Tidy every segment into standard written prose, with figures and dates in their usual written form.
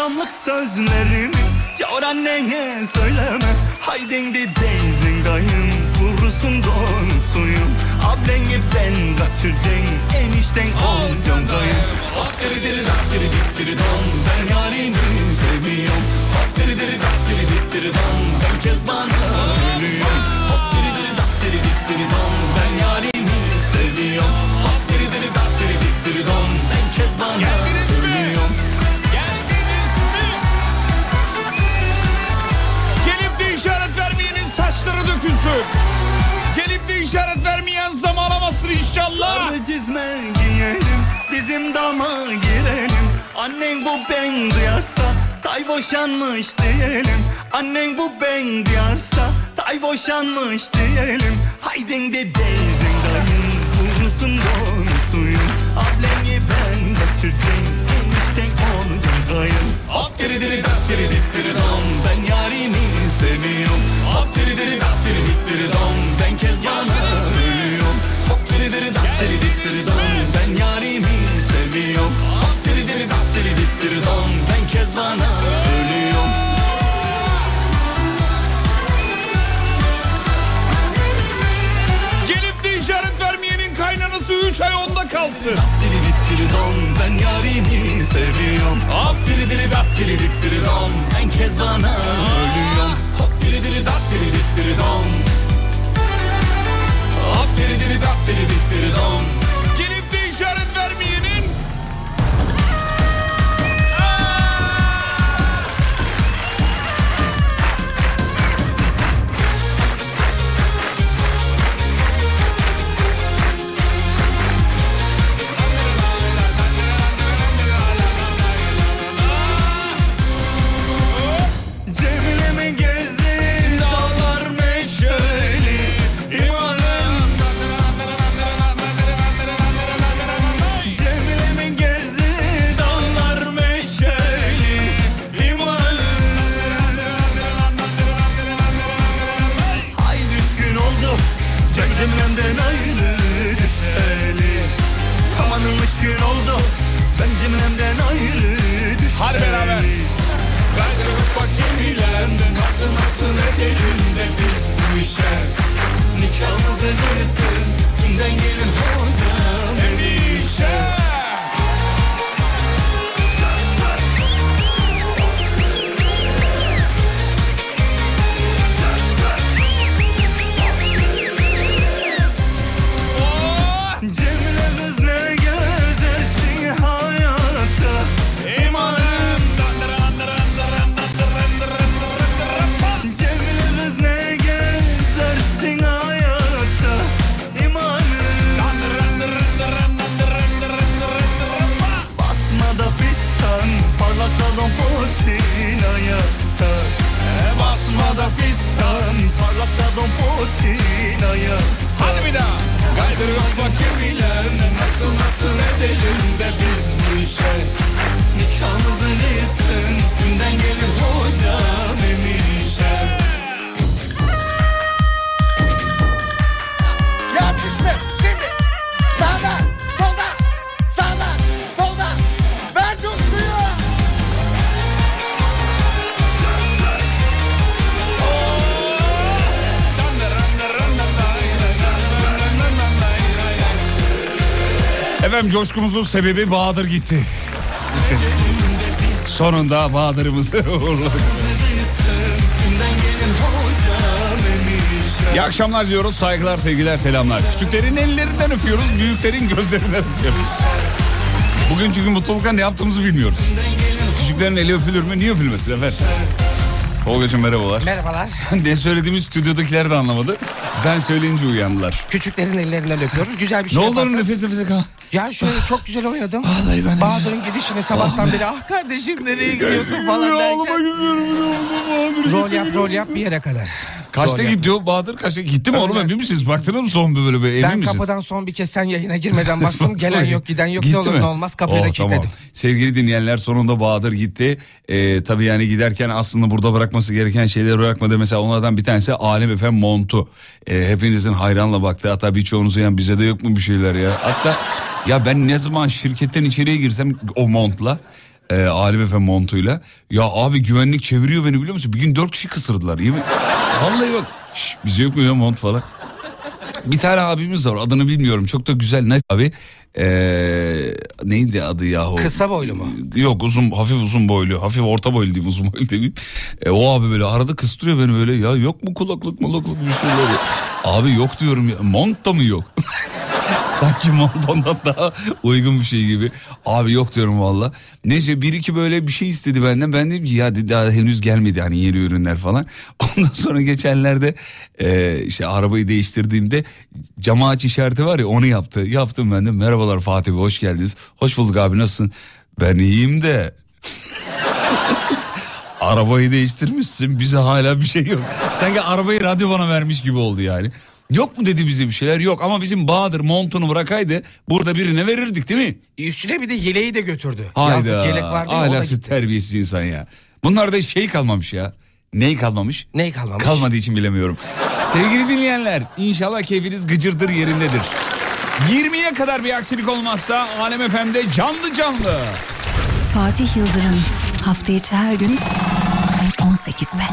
karanlık sözlerimi yavur annene söyleme. Haydin de denizin dayım vurursun donusuyum. Ableni ben kaçıracağım enişten olacağım dayım. Hop diri diri dak diri dik diri don ben yarimi seviyorum. Hop diri diri dak diri dik diri don ben Kezban'a ölüyorum. Hop diri diri dak diri dik diri don ben yarimi seviyorum. Hop diri diri dak diri dik diri don ben Kezban'a ölüyorum. Geldiniz mi? Gelip de işaret vermeyenin saçları dökülsün. Gelip de işaret vermeyen zam alamazsın inşallah. Sarı cizme giyelim, bizim dama girelim. Annen bu ben duyarsa, tay boşanmış diyelim. Annen bu ben duyarsa, tay boşanmış diyelim. Haydin de denizin dayın, vurursun donusuyum. Ableni ben kaçıracağım, enişten olacağım dayın. Hop diri diri dak diri dik diri dom, ben yarimi seviyorum. Hop diri diri dak diri dik diri dom, ben Kezban'a ölüyorum. Hop diri diri dak diri dik diri dom, ben yarimi seviyorum. Hop diri diri dak diri dik diri dom, ben Kezban'a ölüyorum. Gelip de işaret vermeyenin kaynanası 3 ay onda kalsın. Diri dik diri dom, ben yarimi seviyorum. Hop diri diri dak diri dik diri dom, ben Kezban'a ölüyorum. Hop diri diri dak diri dik diri dom. Hop diri diri dak diri dik diri dom. Gelip de işaret vermeyenin Cemile mi gezdi dağlar meşeli, imanım. Cemile mi gezdi dağlar meşeli, imanım. Haydi 3 gün oldu Can Cemile'mden ayrı düşeli. Amanın 3 gün oldu ben Cemile'mden ayrı düşeli. Hadi beraber. Kaydırıp bak Cemile'mden nasıl edelim de biz bu işe. Nikahımızı verirsin günden gelin hocam enişe. Cemile kız ne gezersin hayatta, imanım. Cemile kız ne gezersin hayatta, imanım. Basmada fistan, parlakta don potin ayakta. Basmada fistan, parlakta don potin ayakta. Hadi bir daha. Kaydırıp bak Cemile'mden nasıl edelim de biz bu işe. Nikahımızı bilsin günden gelir hocam enişe. Yapmıştır. Şimdi sağda, solda, sağda, solda. Ver coşkuyu. Efendim coşkumuzun sebebi Bahadır gitti. Sonunda Bahadır'ımızı uğurladık. İyi akşamlar diyoruz. Saygılar, sevgiler, selamlar. Küçüklerin ellerinden öpüyoruz, büyüklerin gözlerinden öpüyoruz. Bugün çünkü mutlulukla ne yaptığımızı bilmiyoruz. Küçüklerin eli öpülür mü? Niye öpülmesin efendim? Tolga'cığım merhabalar. Merhabalar. Ne söylediğimiz stüdyodakiler de anlamadı. Ben söyleyince uyandılar. Küçüklerin ellerinden öpüyoruz. Güzel bir şey Ne oldu yaparsan- nefes nefese kal. Ya şöyle çok güzel oynadım. Vallahi ben de- Bahadır'ın gidişine sabahtan beri ah kardeşim nereye gidiyorsun falan Ağlamak derken. istiyorum. Rol yap bir yere kadar. Kaçta Rol yap. gidiyor Bahadır? Kaçta gitti mi oğlum, Evet. emin misiniz? Baktınız mı son böyle emin Ben misiniz? kapıdan son bir kez sen yayına girmeden baktım. Gelen yok giden yok, Gitti ne olur mi? ne olmaz kapıyı da Oh, kilitledim. tamam. Sevgili dinleyenler, sonunda Bahadır gitti. Tabii yani giderken aslında burada bırakması gereken şeyleri bırakmadı. Mesela onlardan bir tanesi Alem Efem montu. Hepinizin hayranla baktığı, hatta birçoğunuzu yani bize de yok mu bir şeyler ya. Hatta ya ben ne zaman şirketten içeriye girsem o montla Alim Efe montuyla. Ya abi güvenlik çeviriyor beni biliyor musun? Bir gün 4 kişi kısırdılar. Vallahi bak. Bize yok mu ya mont falan. Bir tane abimiz var, adını bilmiyorum, çok da güzel ne abi, neydi adı yahu? Kısa boylu mu? Yok, uzun, hafif uzun boylu, hafif orta boylu diyeyim, uzun boylu diyeyim. O abi böyle arada kıstırıyor beni böyle, ya yok mu kulaklık bir şeyler. Abi yok diyorum ya, mont da mı yok? Sanki mont ondan daha uygun bir şey gibi. Abi yok diyorum valla. Neyse bir iki böyle bir şey istedi benden. Ben dedim ki ya daha henüz gelmedi hani yeni ürünler falan. Ondan sonra geçenlerde işte arabayı değiştirdiğimde cama aç işareti var ya, onu yaptı. Yaptım ben de. Merhabalar Fatih Bey, hoş geldiniz. Hoş bulduk abi, nasılsın? Ben iyiyim de. Arabayı değiştirmişsin, bize hala bir şey yok. Sanki arabayı radyo bana vermiş gibi oldu yani. Yok mu dedi bize bir şeyler, yok ama bizim Bahadır montunu bırakaydı burada birine verirdik değil mi? Üstüne bir de yeleği de götürdü. Hayda, yazlık yelek vardı ya, o da ahlaksız gitti. terbiyesiz insan ya. Bunlarda şey kalmamış ya. Ney kalmamış? Ney kalmamış? Kalmadığı için bilemiyorum. Sevgili dinleyenler, inşallah keyfiniz gıcırdır yerindedir. 20'ye kadar bir aksilik olmazsa Alem FM'de canlı. Fatih Yıldırım hafta içi her gün 18'de.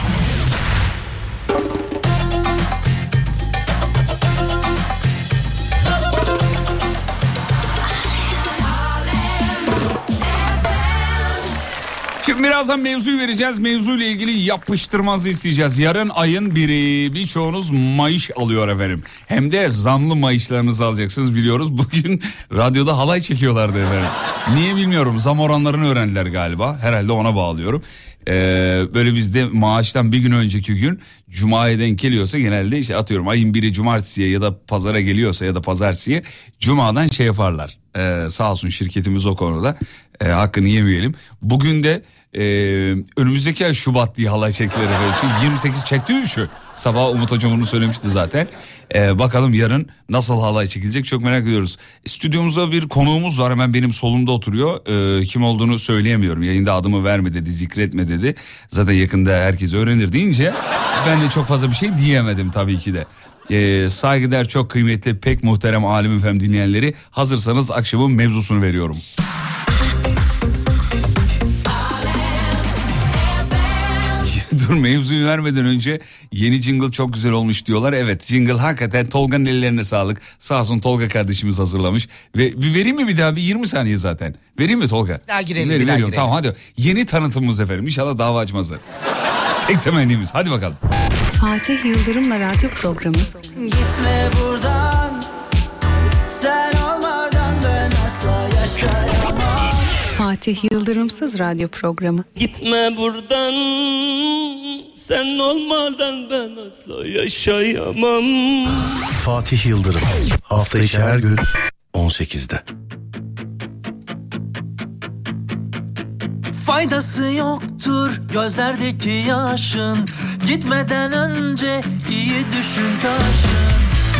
Şimdi birazdan mevzuyu vereceğiz. Mevzuyla ilgili yapıştırmanızı isteyeceğiz. Yarın ayın 1'i, birçoğunuz maaş alıyor efendim. Hem de zamlı maaşlarınızı alacaksınız biliyoruz. Bugün radyoda halay çekiyorlardı efendim. Niye bilmiyorum, zam oranlarını öğrendiler galiba. Herhalde ona bağlıyorum. Böyle bizde maaştan bir gün önceki gün Cuma'ya denk geliyorsa genelde işte atıyorum ayın 1'i cumartesiye ya da pazara geliyorsa ya da pazartesiye Cuma'dan şey yaparlar. Sağ olsun şirketimiz o konuda, hakkını yemeyelim. Bugün de önümüzdeki ay Şubat diye halay çektiler efendim. Çünkü 28 çekti şu. Sabah Umut Hocam onu söylemişti zaten. Bakalım yarın nasıl halay çekilecek, çok merak ediyoruz. Stüdyomuzda bir konuğumuz var, hemen benim solumda oturuyor. Kim olduğunu söyleyemiyorum. Yayında adımı verme dedi, zikretme dedi. Zaten yakında herkes öğrenir deyince ben de çok fazla bir şey diyemedim tabii ki de. Saygıdeğer, çok kıymetli, pek muhterem Alem FM dinleyenleri, hazırsanız akşamın mevzusunu veriyorum. Dur, mevzuyu vermeden önce yeni jingle çok güzel olmuş diyorlar. Evet, jingle hakikaten Tolga'nın ellerine sağlık. Sağ olsun Tolga kardeşimiz hazırlamış. Ve bir vereyim mi bir daha, bir 20 saniye zaten. Vereyim mi Tolga? Daha girelim, bir daha girelim. girelim. Tamam hadi. Yeni tanıtımımız efendim. İnşallah dava açmazlar. Tek temennimiz. Hadi bakalım. Fatih Yıldırım'la radyo programı. Gitme buradan, sen olmadan ben asla yaşayamam. Fatih Yıldırımsız radyo programı. Gitme buradan, sen olmadan ben asla yaşayamam. Fatih Yıldırım hafta içi her gün 18'de. Faydası yoktur gözlerdeki yaşın, gitmeden önce iyi düşün taşın.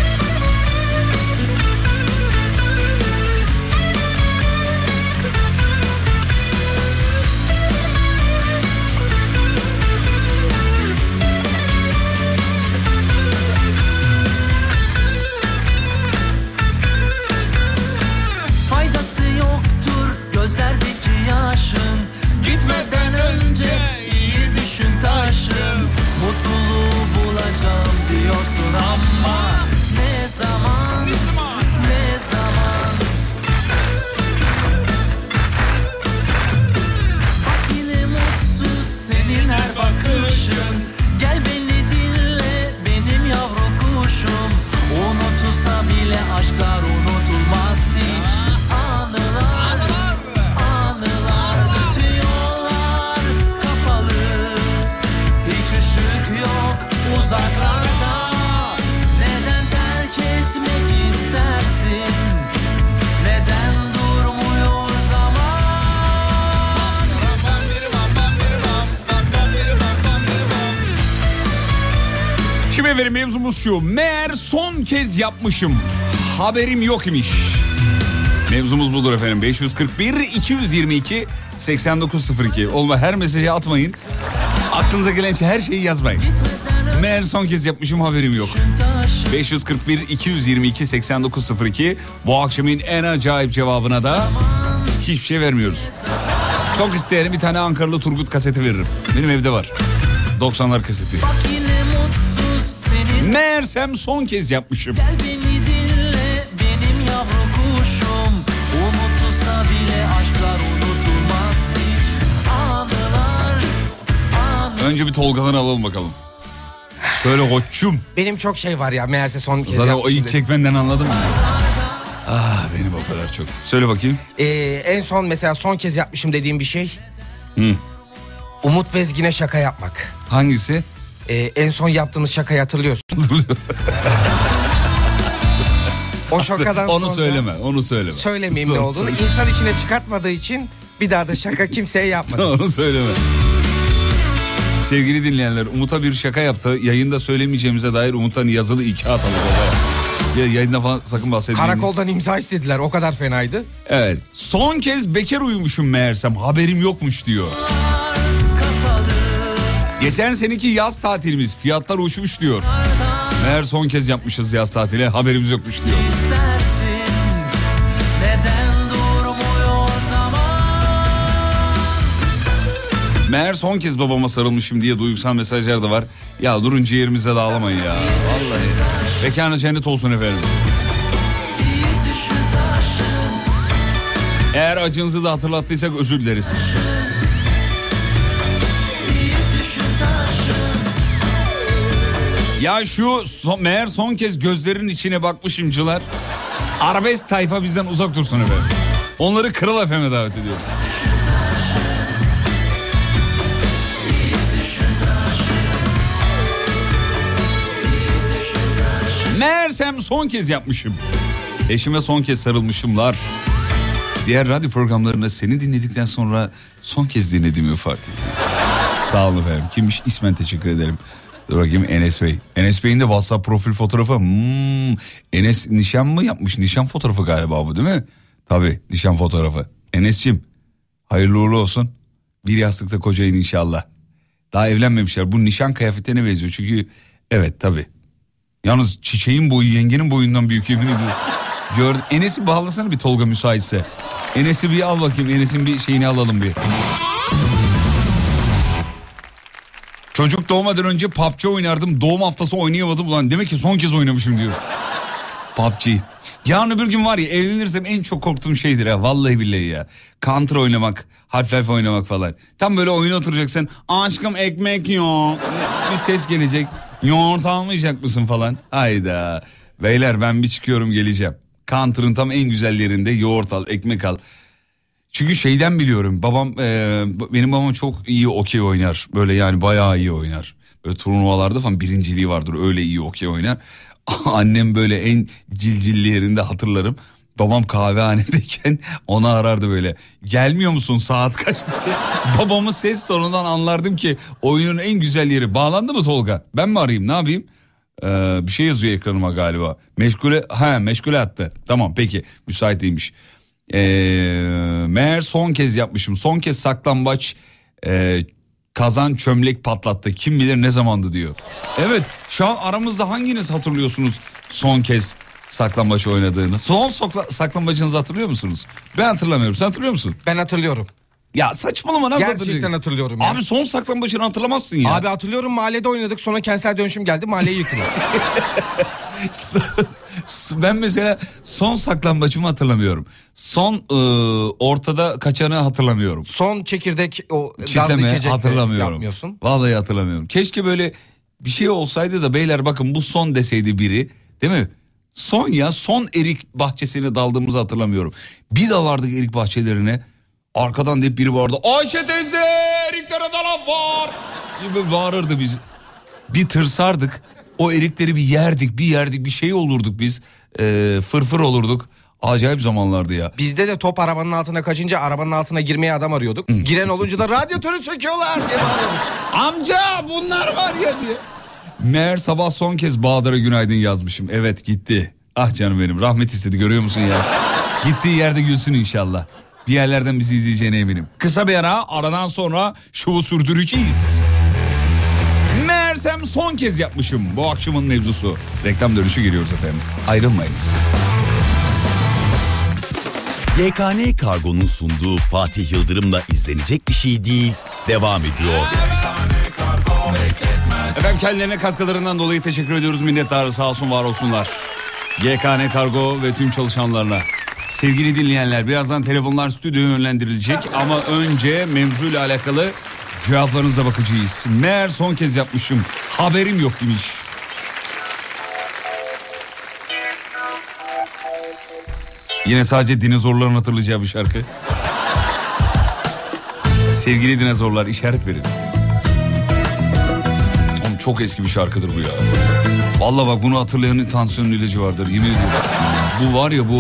Faydası yoktur gözlerdeki yaşın, gitmeden önce iyi düşün taşın. Mutluluğu bulacağım diyorsun ama ne zaman, ne zaman? Bak yine mutsuz senin her bakışın. Gel beni dinle benim yavru kuşum. Unutulsa bile aşklar unutulmaz hiç. Anılar, anılar, bütün yollar kapalı. Hiç ışık yok uzaklarda. Neden terk etmek istersin? Neden durmuyor zaman? Şimdi efendim mevzumuz şu. Meğer son kez yapmışım, haberim yok imiş. Mevzumuz budur efendim. 541-222-8902. Olma, her mesajı atmayın. Aklınıza gelen her şeyi yazmayın. Meğer son kez yapmışım, haberim yok. 541-222-8902. Bu akşamın en acayip cevabına da hiçbir şey vermiyoruz. Çok isteyene bir tane Ankaralı Turgut kaseti veririm. Benim evde var. 90'lar kaseti. Bak yine mutsuz senin. Meğersem son kez yapmışım. Gel beni dinle benim yavru kuşum. Unutulsa bile aşklar unutulmaz hiç. Anılar. Önce bir Tolga'dan alalım bakalım. Söyle koçum. Benim çok şey var ya meğerse son kez Zaten o yapmışım ilk dedim. çekmenden anladım. Ah benim o kadar çok. Söyle bakayım. En son mesela son kez yapmışım dediğim bir şey. Hı. Umut Bezgin'e şaka yapmak. Hangisi? En son yaptığımız şakayı hatırlıyorsun. O şakadan Onu sonra... söyleme, onu söyleme. Söylemeyeyim ne olduğunu. İnsan içine çıkartmadığı için bir daha da şaka kimseye yapmadım. Onu söyleme. Sevgili dinleyenler, Umut'a bir şaka yaptı. Yayında söylemeyeceğimize dair Umut'tan yazılı 2 atalı baba. Yayında falan sakın bahsetmeyin. Karakoldan imza istediler, o kadar fenaydı. Evet. Son kez bekar uyumuşum meğersem, haberim yokmuş diyor. Geçen seneki yaz tatilimiz, fiyatlar uçmuş diyor. Meğer son kez yapmışız yaz tatili, haberimiz yokmuş diyor. İstersin, neden durmuyor zaman? Meğer son kez babama sarılmışım diye duygusal mesajlar da var. Ya durun ciğerimize de ağlamayın ya. Vallahi. Mekanı cennet olsun efendim. Eğer acınızı da hatırlattıysak özür dileriz. Ya şu meğer son kez gözlerin içine bakmışımcılar. Arabesk tayfa bizden uzak dursun efendim. Onları Kral FM'e davet ediyorum. Meğersem son kez yapmışım. Eşime son kez sarılmışımlar. Diğer radyo programlarında seni dinledikten sonra son kez dinlediğimi fark ettim. Sağ olun efendim. Kimmiş? İsmen teşekkür ederim. Dur bakayım, Enes Bey. Enes Bey'in de WhatsApp profil fotoğrafı. Enes nişan mı yapmış? Nişan fotoğrafı galiba bu, değil mi? Tabii, nişan fotoğrafı. Enes'cim hayırlı uğurlu olsun. Bir yastıkta kocayın inşallah. Daha evlenmemişler. Bu nişan kıyafetlerine benziyor. Çünkü evet tabii. Yalnız çiçeğin boyu yengenin boyundan büyük, yemin ediyorum. Gördüm. Enes'i bağlasana bir Tolga müsaitse. Enes'i bir al bakayım. Enes'in bir şeyini alalım bir. Çocuk doğmadan önce PUBG oynardım. Doğum haftası oynayamadım. Ulan demek ki son kez oynamışım diyor. PUBG. Yarın öbür gün var ya, evlenirsem en çok korktuğum şeydir ha. Vallahi billahi ya. Counter oynamak, Half-Life oynamak falan. Tam böyle oyuna oturacaksın. Aşkım ekmek yok. Bir ses gelecek. Yoğurt almayacak mısın falan. Hayda. Beyler ben bir çıkıyorum, geleceğim. Counter'ın tam en güzel yerinde yoğurt al, ekmek al. Çünkü şeyden biliyorum, benim babam çok iyi okey oynar. Böyle yani bayağı iyi oynar. Böyle turnuvalarda falan birinciliği vardır, öyle iyi okey oynar. Annem böyle en cilcilli yerinde hatırlarım. Babam kahvehanedeyken onu arardı böyle. Gelmiyor musun, saat kaçtı? Babamın ses tonundan anlardım ki oyunun en güzel yeri. Bağlandı mı Tolga? Ben mi arayayım, ne yapayım? Bir şey yazıyor ekranıma galiba. Meşgule attı. Tamam peki, müsait değilmiş. Meğer son kez yapmışım. Son kez saklambaç kazan çömlek patlattı. Kim bilir ne zamandı diyor. Evet, şu an aramızda hanginiz hatırlıyorsunuz son kez saklambaç oynadığını? Son saklambacınızı hatırlıyor musunuz? Ben hatırlamıyorum. Sen hatırlıyor musun? Ben hatırlıyorum. Ya saçmalama, nasıl Gerçekten hatırlayacaksın? hatırlıyorum ya. Abi son saklambaçını hatırlamazsın ya. Abi hatırlıyorum, mahallede oynadık, sonra kentsel dönüşüm geldi, mahalleyi yıktılar. Ben mesela son saklambaçımı hatırlamıyorum. Son ortada kaçanı hatırlamıyorum. Son çekirdek o gazlı Çitleme içecek hatırlamıyorum. yapmıyorsun. Vallahi hatırlamıyorum. Keşke böyle bir şey olsaydı da beyler bakın bu son deseydi biri, değil mi? Son ya, son erik bahçesine daldığımızı hatırlamıyorum. Bir dalardık erik bahçelerine. Arkadan deyip biri vardı. Ayşe teyze, eriklere dalaf var gibi bağırırdı biz. Bir tırsardık. O erikleri bir yerdik bir şey olurduk biz. Fırfır olurduk. Acayip zamanlardı ya. Bizde de top arabanın altına kaçınca arabanın altına girmeye adam arıyorduk. Giren olunca da radyatörü söküyorlar diye bağırıyorduk. Amca bunlar var ya diye. Meğer sabah son kez Bahadır'a günaydın yazmışım. Evet gitti. Ah canım benim, rahmet istedi, görüyor musun ya? Gittiği yerde gülsün inşallah. Bir yerlerden bizi izleyeceğine eminim. Kısa bir aradan sonra şovu sürdüreceğiz. Meğersem son kez yapmışım. Bu akşamın mevzusu. Reklam dönüşü geliyoruz efendim. Ayrılmayınız. YKN Kargo'nun sunduğu Fatih Yıldırım'la izlenecek bir şey değil, devam ediyor. Efendim kendilerine katkılarından dolayı teşekkür ediyoruz. Minnettarız, sağ olsun, var olsunlar. YKN Kargo ve tüm çalışanlarına. Sevgili dinleyenler, birazdan telefonlar stüdyoya yönlendirilecek ama önce mevzuyla alakalı cevaplarınıza bakacağız. Meğer son kez yapmışım, haberim yok demiş. Yine sadece dinozorların hatırlayacağı bir şarkı. Sevgili dinozorlar, işaret verin. Oğlum çok eski bir şarkıdır bu ya. Vallahi bak, bunu hatırlayanın tansiyonun ilacı vardır, yemin ediyorum. Bu var ya, bu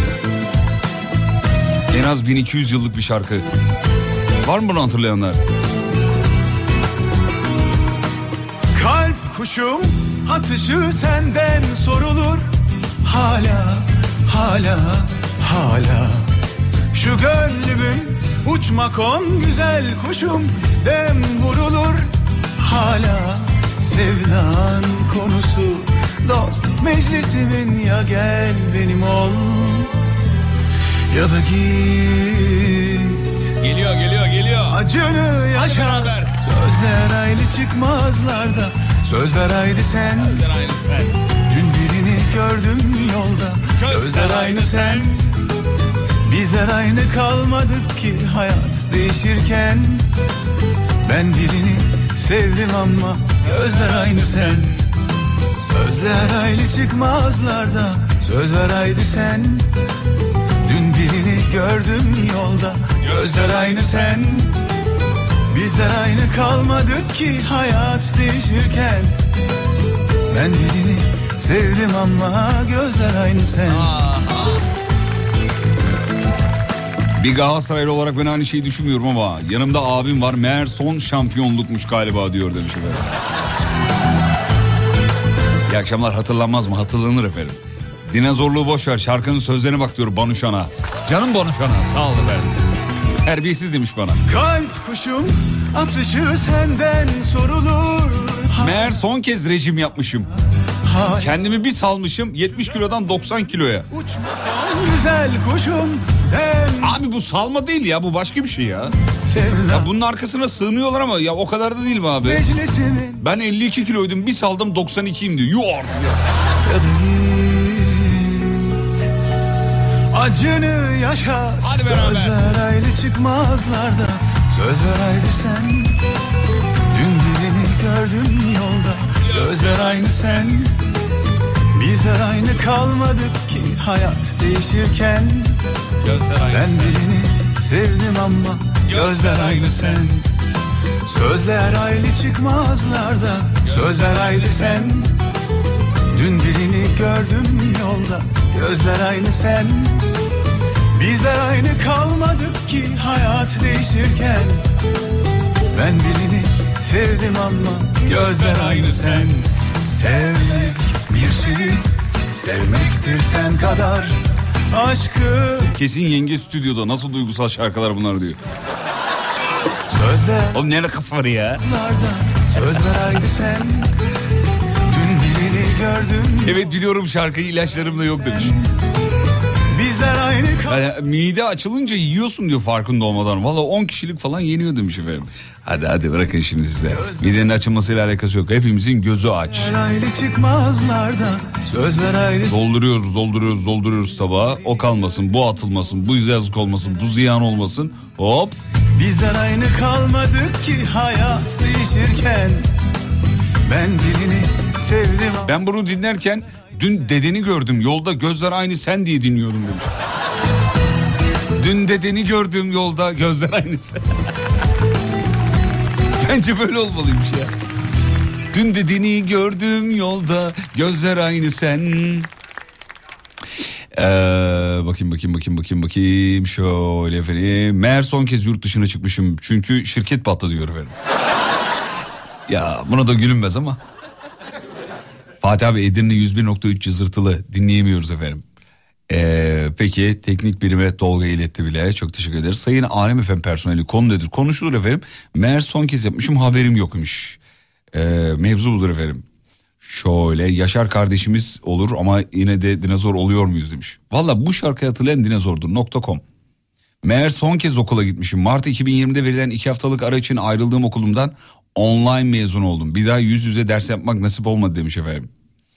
en az 1200 yıllık bir şarkı. Var mı bunu hatırlayanlar? Kalp kuşum atışı senden sorulur. Hala, hala, hala. Şu gönlümün uçmak on güzel kuşum dem vurulur. Hala sevdan konusu dost meclisimin, ya gel benim ol ya da git. Geliyor. Acını yaşat, sözler ayrı çıkmazlarda. Söz ver haydi sen, dün birini gördüm yolda. Gözler aynı sen, bizler aynı kalmadık ki hayat değişirken. Ben birini sevdim ama gözler aynı sen. Sözler ayrı çıkmazlarda. Söz ver haydi sen, dün birini gördüm yolda. Gözler aynı sen, bizler aynı kalmadık ki hayat değişirken. Ben birini sevdim ama gözler aynı sen. Bir Galatasaraylı olarak ben aynı şeyi düşünmüyorum ama yanımda abim var, meğer son şampiyonlukmuş galiba diyor demiş efendim. İyi akşamlar, hatırlanmaz mı? Hatırlanır efendim. Dinozorluğu boş ver, şarkının sözlerine bak diyor Banuşan'a. Canım Banuşan'a, sağ ol efendim. Terbiyesiz demiş bana. Kalp kuşum atışı senden sorulur. Meğer son kez rejim yapmışım. Kendimi bir salmışım 70 kilodan 90 kiloya. Uçmadan güzel kuşum dem. Abi bu salma değil ya, bu başka bir şey ya. Sevdan Ya bunun arkasına sığınıyorlar ama ya o kadar da değil mi abi? meclisimin, Ben 52 kiloydum, bir saldım 92'yim diyor. Yuh artık ya. ya da git. Acını yaşat, Hadi beraber. sözler ayrı çıkmazlarda. Söz ver haydi sen, dün birini gördüm yolda. Gözler aynı sen, bizler aynı kalmadık ki hayat değişirken. Ben birini sevdim ama gözler aynı sen. Sözler ayrı çıkmazlarda. Sözler aynı sen, dün birini gördüm yolda. Gözler aynı sen, bizler aynı kalmadık ki hayat değişirken. Ben birini sevdim ama gözler aynı sen. Sevmek bir şey, sevmektir sen kadar. Aşkı Kesin yenge stüdyoda, nasıl duygusal şarkılar bunlar diyor. sözler Oğlum ne kafa var ya. sözler aynı sen, dün birini gördüm. Evet biliyorum şarkıyı, ilaçlarım da yok demiş. Bizler aynı Yani mide açılınca yiyorsun diyor farkında olmadan. Valla 10 kişilik falan yeniyor demiş efendim. Hadi bırakın şimdi size. Midenin açılmasıyla alakası yok. Hepimizin gözü aç. ayrı çıkmazlarda. Sözler ayrı Dolduruyoruz tabağa. O kalmasın, bu atılmasın, bu yazık olmasın, bu ziyan olmasın. Hop. bizler aynı kalmadık ki hayat değişirken. Ben birini sevdim ama Ben bunu dinlerken dün dedeni gördüm yolda, gözler aynı sen diye dinliyordum demiş. Dün dedeni gördüm yolda, gözler aynı sen. Bence böyle olmalıymış ya. Dün dedeni gördüm yolda, gözler aynı sen. Bakayım. Şöyle efendim. Meğer son kez yurt dışına çıkmışım. Çünkü şirket battı diyor efendim. Ya buna da gülünmez ama. Fatih abi Edirne 101.3 cızırtılı dinleyemiyoruz efendim. Peki teknik birime Tolga iletti bile. Çok teşekkür ederiz. Sayın Alem FM personeli konu nedir? Konuşulur efendim. Meğer son kez yapmışım, haberim yokmuş. Mevzu budur efendim. Şöyle Yaşar kardeşimiz olur ama yine de dinozor oluyor muyuz demiş. Valla bu şarkıyı hatırlayan dinozordur .com. Meğer son kez okula gitmişim. Mart 2020'de verilen 2 haftalık ara için ayrıldığım okulumdan online mezun oldum. Bir daha yüz yüze ders yapmak nasip olmadı demiş efendim.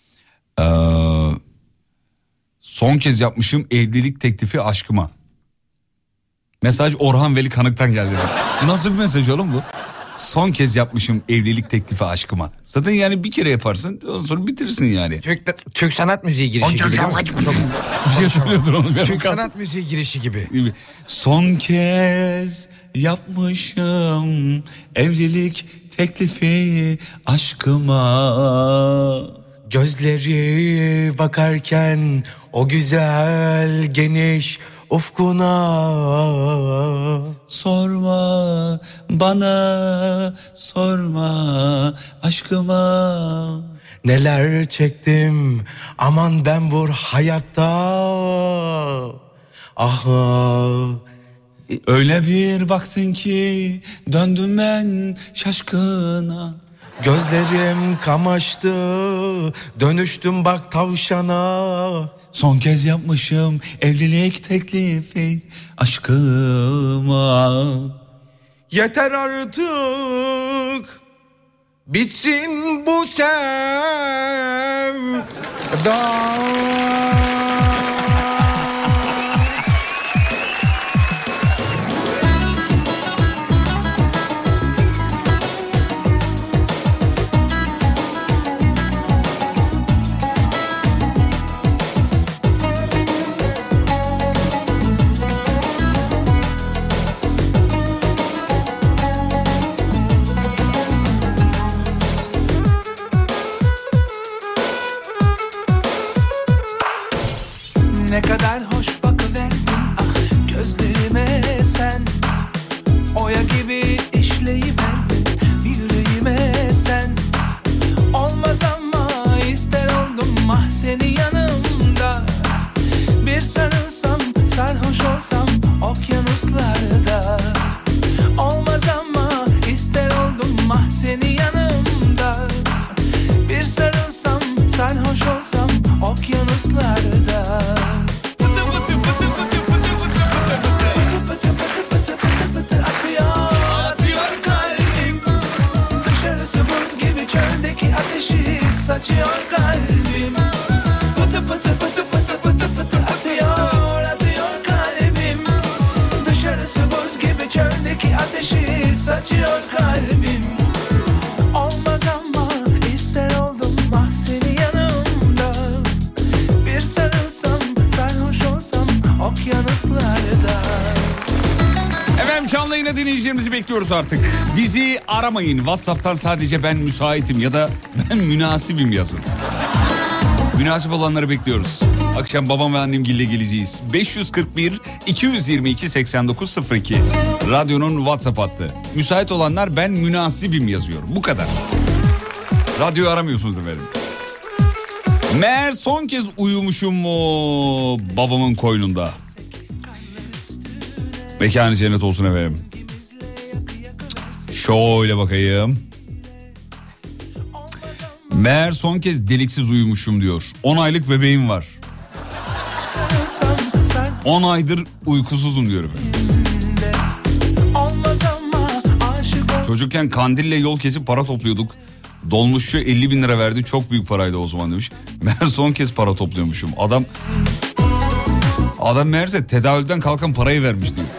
Son kez yapmışım evlilik teklifi aşkıma. Mesaj Orhan Veli Kanık'tan geldi. Nasıl bir mesaj oğlum bu? Son kez yapmışım evlilik teklifi aşkıma. Zaten yani bir kere yaparsın, ondan sonra bitirirsin yani. Türk sanat müziği girişi gibi değil mi? Bir şey söylüyordur onu. Türk sanat müziği girişi gibi. Son kez yapmışım evlilik teklifi aşkıma. Gözleri bakarken o güzel geniş ufkuna. Sorma bana, sorma aşkıma. Neler çektim aman ben bu hayatta. Aha. Öyle bir baktın ki döndüm ben şaşkına. Gözlerim kamaştı, dönüştüm bak tavşana. Son kez yapmışım evlilik teklifi aşkıma. Yeter artık, bitsin bu sevda. Ne kadar hoş bakıverdin ah gözlerime sen. Oya gibi işleyiverdin yüreğime sen. Olmaz ama ister oldum ah seni yanımda. Bir sarılsam sarhoş olsam okyanuslarda. Olmaz ama ister oldum ah seni yanımda. Bir sarılsam sarhoş olsam okyanuslarda. Saçıyor kalbim. Pıtı pıtı pıtı pıtı pıtı pıtı atıyor, atıyor kalbim. Dışarısı buz gibi çöldeki ateşi saçıyor kalbim. Olmaz ama ister oldum ah seni yanımda. Bir sarılsam sarhoş olsam okyanuslarda. Efendim canlı yayına dinleyicilerimizi bekliyoruz artık. Bizi aramayın. WhatsApp'tan sadece ben müsaitim ya da ben münasibim yazın. Münasip olanları bekliyoruz. Akşam babam ve annemgille geleceğiz. 541-222-8902. Radyonun WhatsApp hattı. Müsait olanlar ben münasibim yazıyor. Bu kadar. Radyoyu aramıyorsunuz efendim. Meğer son kez uyumuşum mu babamın koynunda. Mekanı cennet olsun efendim. Şöyle bakayım. Meğer son kez deliksiz uyumuşum diyor. 10 aylık bebeğim var. 10 aydır uykusuzum diyor efendim. Çocukken kandille yol kesip para topluyorduk. Dolmuşçu 50 bin lira verdi. Çok büyük paraydı o zaman demiş. Meğer son kez para topluyormuşum. Adam meğerse tedavülden kalkan parayı vermiş diyor.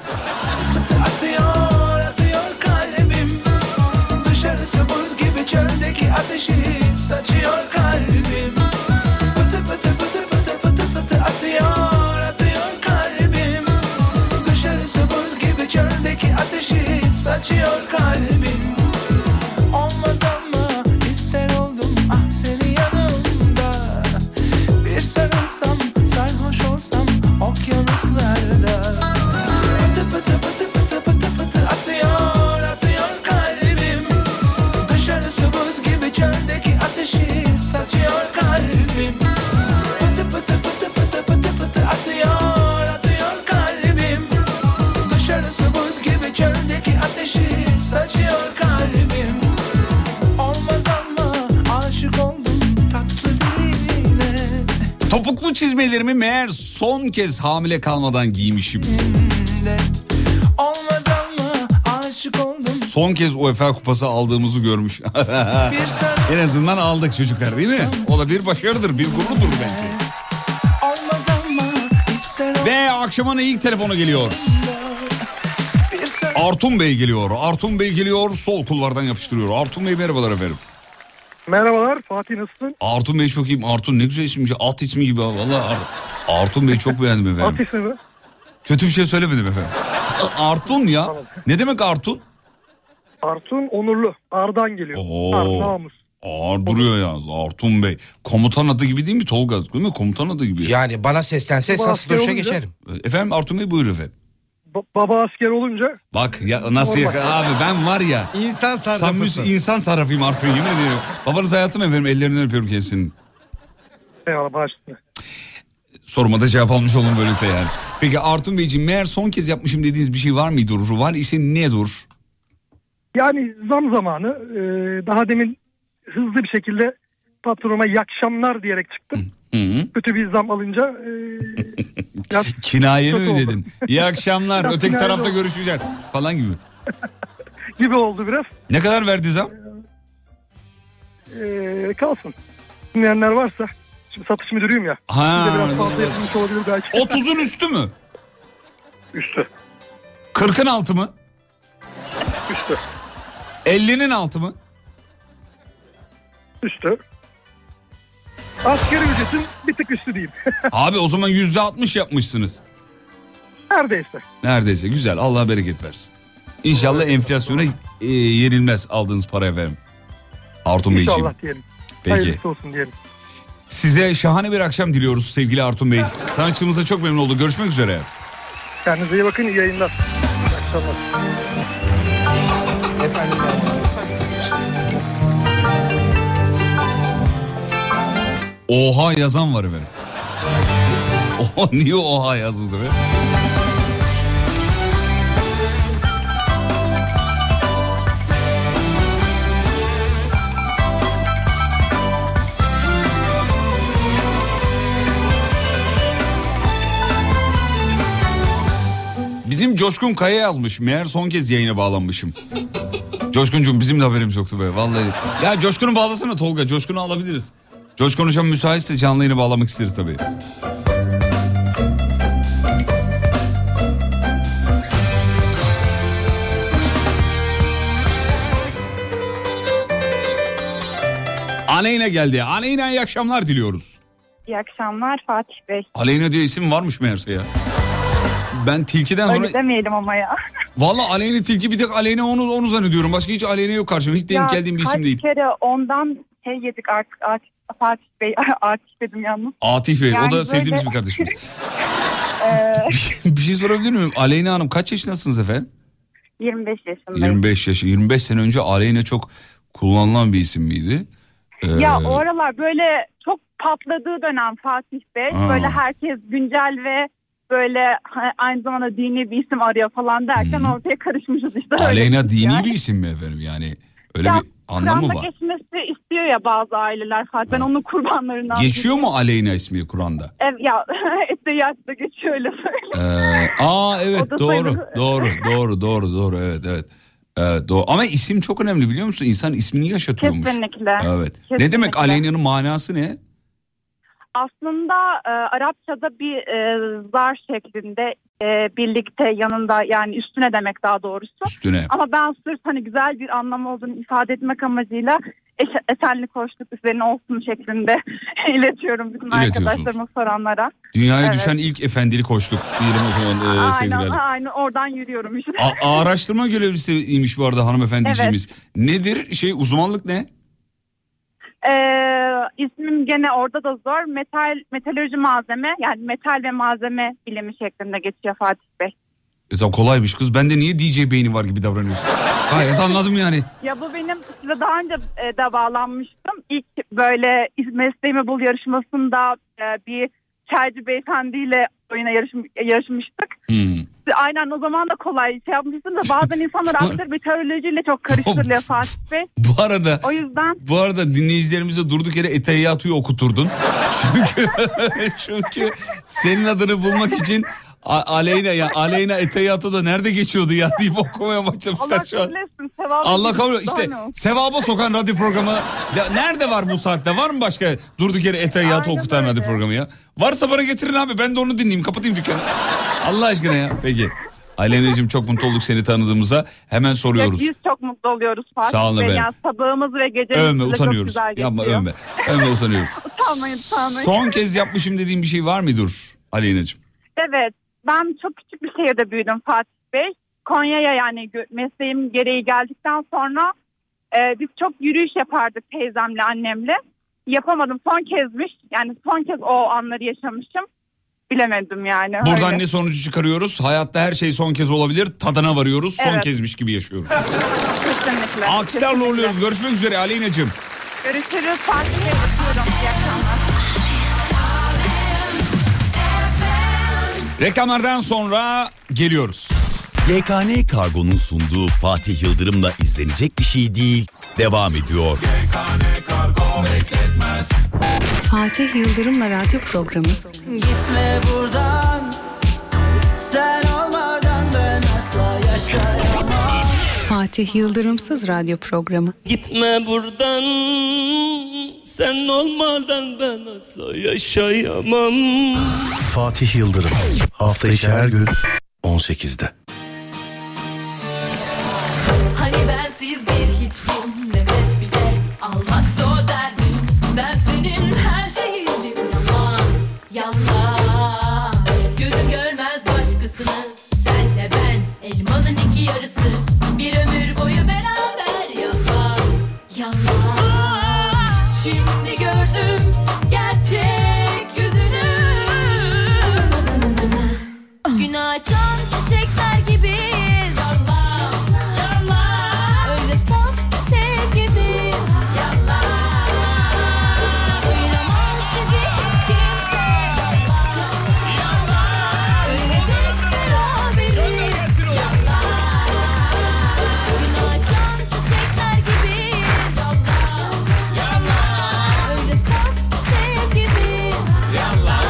Ateşi saçıyor kalbim. Pıtı pıtı pıtı pıtı pıtı pıtı atıyor, atıyor kalbim. Dışarısı buz gibi çöldeki ateşi saçıyor kalbim. Olmaz ama ister oldum ah seni yanımda. Bir sarılsam sarhoş olsam okyanuslarda. Pıtı pıtı pıtı pıtı pıtı pıtı atıyor, atıyor kalbim. Dışarısı buz gibi çöldeki ateşi saçıyor kalbim. Pıtı pıtı pıtı pıtı pıtı pıtı atıyor, atıyor kalbim. Dışarısı buz gibi çöldeki ateşi saçıyor kalbim. Olmaz ama aşık oldum tatlı diline. Topuklu çizmelerimi meğer son kez hamile kalmadan giymişim. son kez UEFA kupası aldığımızı görmüş. En azından aldık çocuklar, değil mi? O da bir başarıdır, bir gururdur bence. Ve akşamın ilk telefonu geliyor. Artun Bey geliyor. Artun Bey geliyor, sol kulvardan yapıştırıyor. Artun Bey merhabalar efendim. Merhabalar Fatih, nasılsın? Artun Bey çok iyiyim. Artun ne güzel isimmiş. At ismi gibi. Vallahi Artun Bey çok beğendim efendim. At ismi mi? Kötü bir şey söylemedim efendim. Artun ya. Tamam. Ne demek Artun? Artun onurlu. Ardan geliyor. Oo. Namus. Ağır duruyor yalnız Artun Bey. Komutan adı gibi değil mi Tolga? Değil mi? Komutan adı gibi. Yani bana seslense Baba esas asker duruşa olunca- geçerim. Efendim Artun Bey buyur efendim. Baba asker olunca Bak ya nasıl abi ben var ya. İnsan sarrafısın. İnsan sarrafıyım Artun, yemin ediyorum. Babanız hayatım efendim, ellerinden öpüyorum kendisinin. eyvallah başlıyor. Sormada cevap almış olun böylelikle yani. Peki Artun Beyciğim, meğer son kez yapmışım dediğiniz bir şey var mıydı? Var ise ne dur? Yani zam zamanı daha demin hızlı bir şekilde patronuma iyi akşamlar diyerek çıktım. Hı-hı. Kötü bir zam alınca biraz Kinayeli kötü mi oldu. dedin? İyi akşamlar, Biraz öteki kinayeli tarafta oldu. görüşeceğiz falan gibi. gibi oldu biraz. Ne kadar verdi zam? Kalsın. Dinleyenler varsa, şimdi satış müdürüyüm ya. Ha. Size biraz fazla yapılmış olabilir belki. 30'un üstü mü? Üstü. 40'ın altı mı? Üstü. 50'nin altı mı? Üstü. Asgari ücretin bir tık üstü diyeyim. Abi o zaman %60 yapmışsınız. Neredeyse. Neredeyse, güzel, Allah bereket versin. İnşallah enflasyona yenilmez aldığınız para efendim. Artun Beyciğim. İnşallah diyelim. Peki. Hayırlısı olsun diyelim. Size şahane bir akşam diliyoruz sevgili Artun Bey. Tanıştığımıza çok memnun olduk. Görüşmek üzere. Kendinize iyi bakın, iyi yayınlar. İyi akşamlar. Oha yazan var efendim. Oha, niye oha yazdınız efendim? Bizim Coşkun Kaya yazmış. Meğer son kez yayına bağlanmışım. Coşkuncuğum, bizim de haberimiz yoktu be vallahi. Ya Coşkun'u bağlasana Tolga. Coşkun'u alabiliriz. Coşkun hocam müsaitse canlı yayına bağlamak isteriz tabii. Aleyna geldi. Aleyna iyi akşamlar diliyoruz. İyi akşamlar Fatih Bey. Aleyna diye isim varmış meğerse ya. Ben Tilki'den sonra... Öyle demeyelim ama ya. Valla Aleyna Tilki, bir tek Aleyna onu zannediyorum. Başka hiç Aleyna yok karşımda. Hiç denk geldiğim bir isim değil. Kaç kere ondan yedik artık Fatih Bey. Atif dedim yalnız. Atif Bey, Yani o da böyle- sevdiğimiz bir kardeşimiz. Bir şey sorabilir miyim? Aleyna Hanım kaç yaşındasınız efendim? 25 yaşındayım. 25 yaşı. 25 sene önce Aleyna çok kullanılan bir isim miydi? Ya o aralar böyle çok patladığı dönem Fatih Bey. Aa. Böyle herkes güncel ve böyle aynı zamanda dini bir isim arıyor falan derken ortaya karışmışız işte. öyle Aleyna bir şey dini yani. bir isim mi efendim? Yani öyle Ya, bir anlamı Kur'an'da var. geçmesi istiyor ya bazı aileler Fatih. Ben onun kurbanlarından. Geçiyor mu Aleyna ismi Kur'an'da? Ya Etteyyat'ta geçiyor öyle söyle. Evet O da doğru, sayılır. doğru evet. Evet, doğru. Ama isim çok önemli biliyor musun? İnsan ismini yaşatıyormuş. Kesinlikle. Evet. Ne Kesinlikle. demek Aleyna'nın manası ne? Aslında Arapçada bir zar şeklinde birlikte yanında yani üstüne demek daha doğrusu. Üstüne. Ama ben sırf hani güzel bir anlam olduğunu ifade etmek amacıyla esenlik hoşluk üzerine olsun şeklinde iletiyorum bütün arkadaşlarıma soranlara. Dünyaya Evet. düşen ilk efendilik hoşluk diyelim o zaman sevgiler. Aynen oradan yürüyorum işte. Araştırma görevlisiymiş bu arada hanımefendiciğimiz. Nedir uzmanlık ne? İsmim gene orada da zor. Metalürji malzeme yani metal ve malzeme bilimi şeklinde geçiyor Fatih Bey. Tamam, kolaymış kız. Bende niye DJ beyni var gibi davranıyorsun? Gayet anladım yani. Ya bu benim size daha önce de bağlanmıştım. İlk böyle mesleğimi bul yarışmasında bir çaycı beyefendiyle oyuna yarışmıştık. Aynen o zaman da kolay şey yapmıştım da bazen insanlar aktör meteorolojiyle çok karıştırılıyor Fatih Bey. O yüzden. Bu arada dinleyicilerimize durduk yere Etteyyatü'yü okuturdun. Çünkü senin adını bulmak için Aleyna Eteyatı da nerede geçiyordu ya deyip okumaya başlamışlar Allah şu an. kabul etsin. Sevabı Allah kabul etsin. işte Daha ne olsun? sevaba sokan radyo programı. Ya nerede var bu saatte? Var mı başka durduk yere Eteyatı Aynen okutan öyle. radyo programı ya? Varsa bana getirin abi, ben de onu dinleyeyim, kapatayım dükkanı. Allah aşkına ya. Peki. Aleyna'cığım çok mutlu olduk seni tanıdığımıza. Hemen soruyoruz. Biz çok mutlu oluyoruz Fatih Sağ olun Bey. efendim. Yani sabahımız ve gecemiz Övme, de çok utanıyoruz. güzel geçiyor. Yapma, övme. Övme, utanıyorum. Utanmayın. Son kez yapmışım dediğim bir şey var mıdır Aleyna'cığım? Evet. Ben çok küçük bir şehirde büyüdüm Fatih Bey. Konya'ya yani mesleğim gereği geldikten sonra biz çok yürüyüş yapardık teyzemle, annemle. Yapamadım. Son kezmiş. Yani son kez o anları yaşamışım. Bilemedim yani. Buradan öyle. ne sonucu çıkarıyoruz? Hayatta her şey son kez olabilir. Tadına varıyoruz. Son Evet. kezmiş gibi yaşıyoruz. Kesinlikle. Alkışlarla Kesinlikle. oluyoruz. Görüşmek üzere Aleyna'cığım. Görüşürüz Fatih Bey. Öpüyorum. İyi akşamlar. Reklamlardan sonra geliyoruz. YKN Kargo'nun sunduğu Fatih Yıldırım'la izlenecek bir şey değil, devam ediyor. Fatih Yıldırım'la radyo programı. Gitme buradan, sen olmadan ben asla yaşayamam. Fatih Yıldırımsız radyo programı. Gitme buradan, sen olmadan ben asla yaşayamam. Fatih Yıldırım. Hafta içi her gün 18'de. Hani bensiz bir hiçliğim, nefes bile almak zor derdim. Ben senin her şeyindim, yalan. Gözün görmez başkasını, senle ben elmanın iki yarısı. Bir ömür boyu beraber yalan. Şimdi gördüm gerçek yüzünü. Gün açan çiçekler gibiyiz. Yalan, yalan. Öyle saf sevgimiz. Yalan. Ayıramaz bizi hiç kimse. Yalan, yalan. Öyle tek beraberiz. Yalan. Gün açan çiçekler gibiyiz. Yalan, yalan. Öyle saf sevgimiz. Yalan.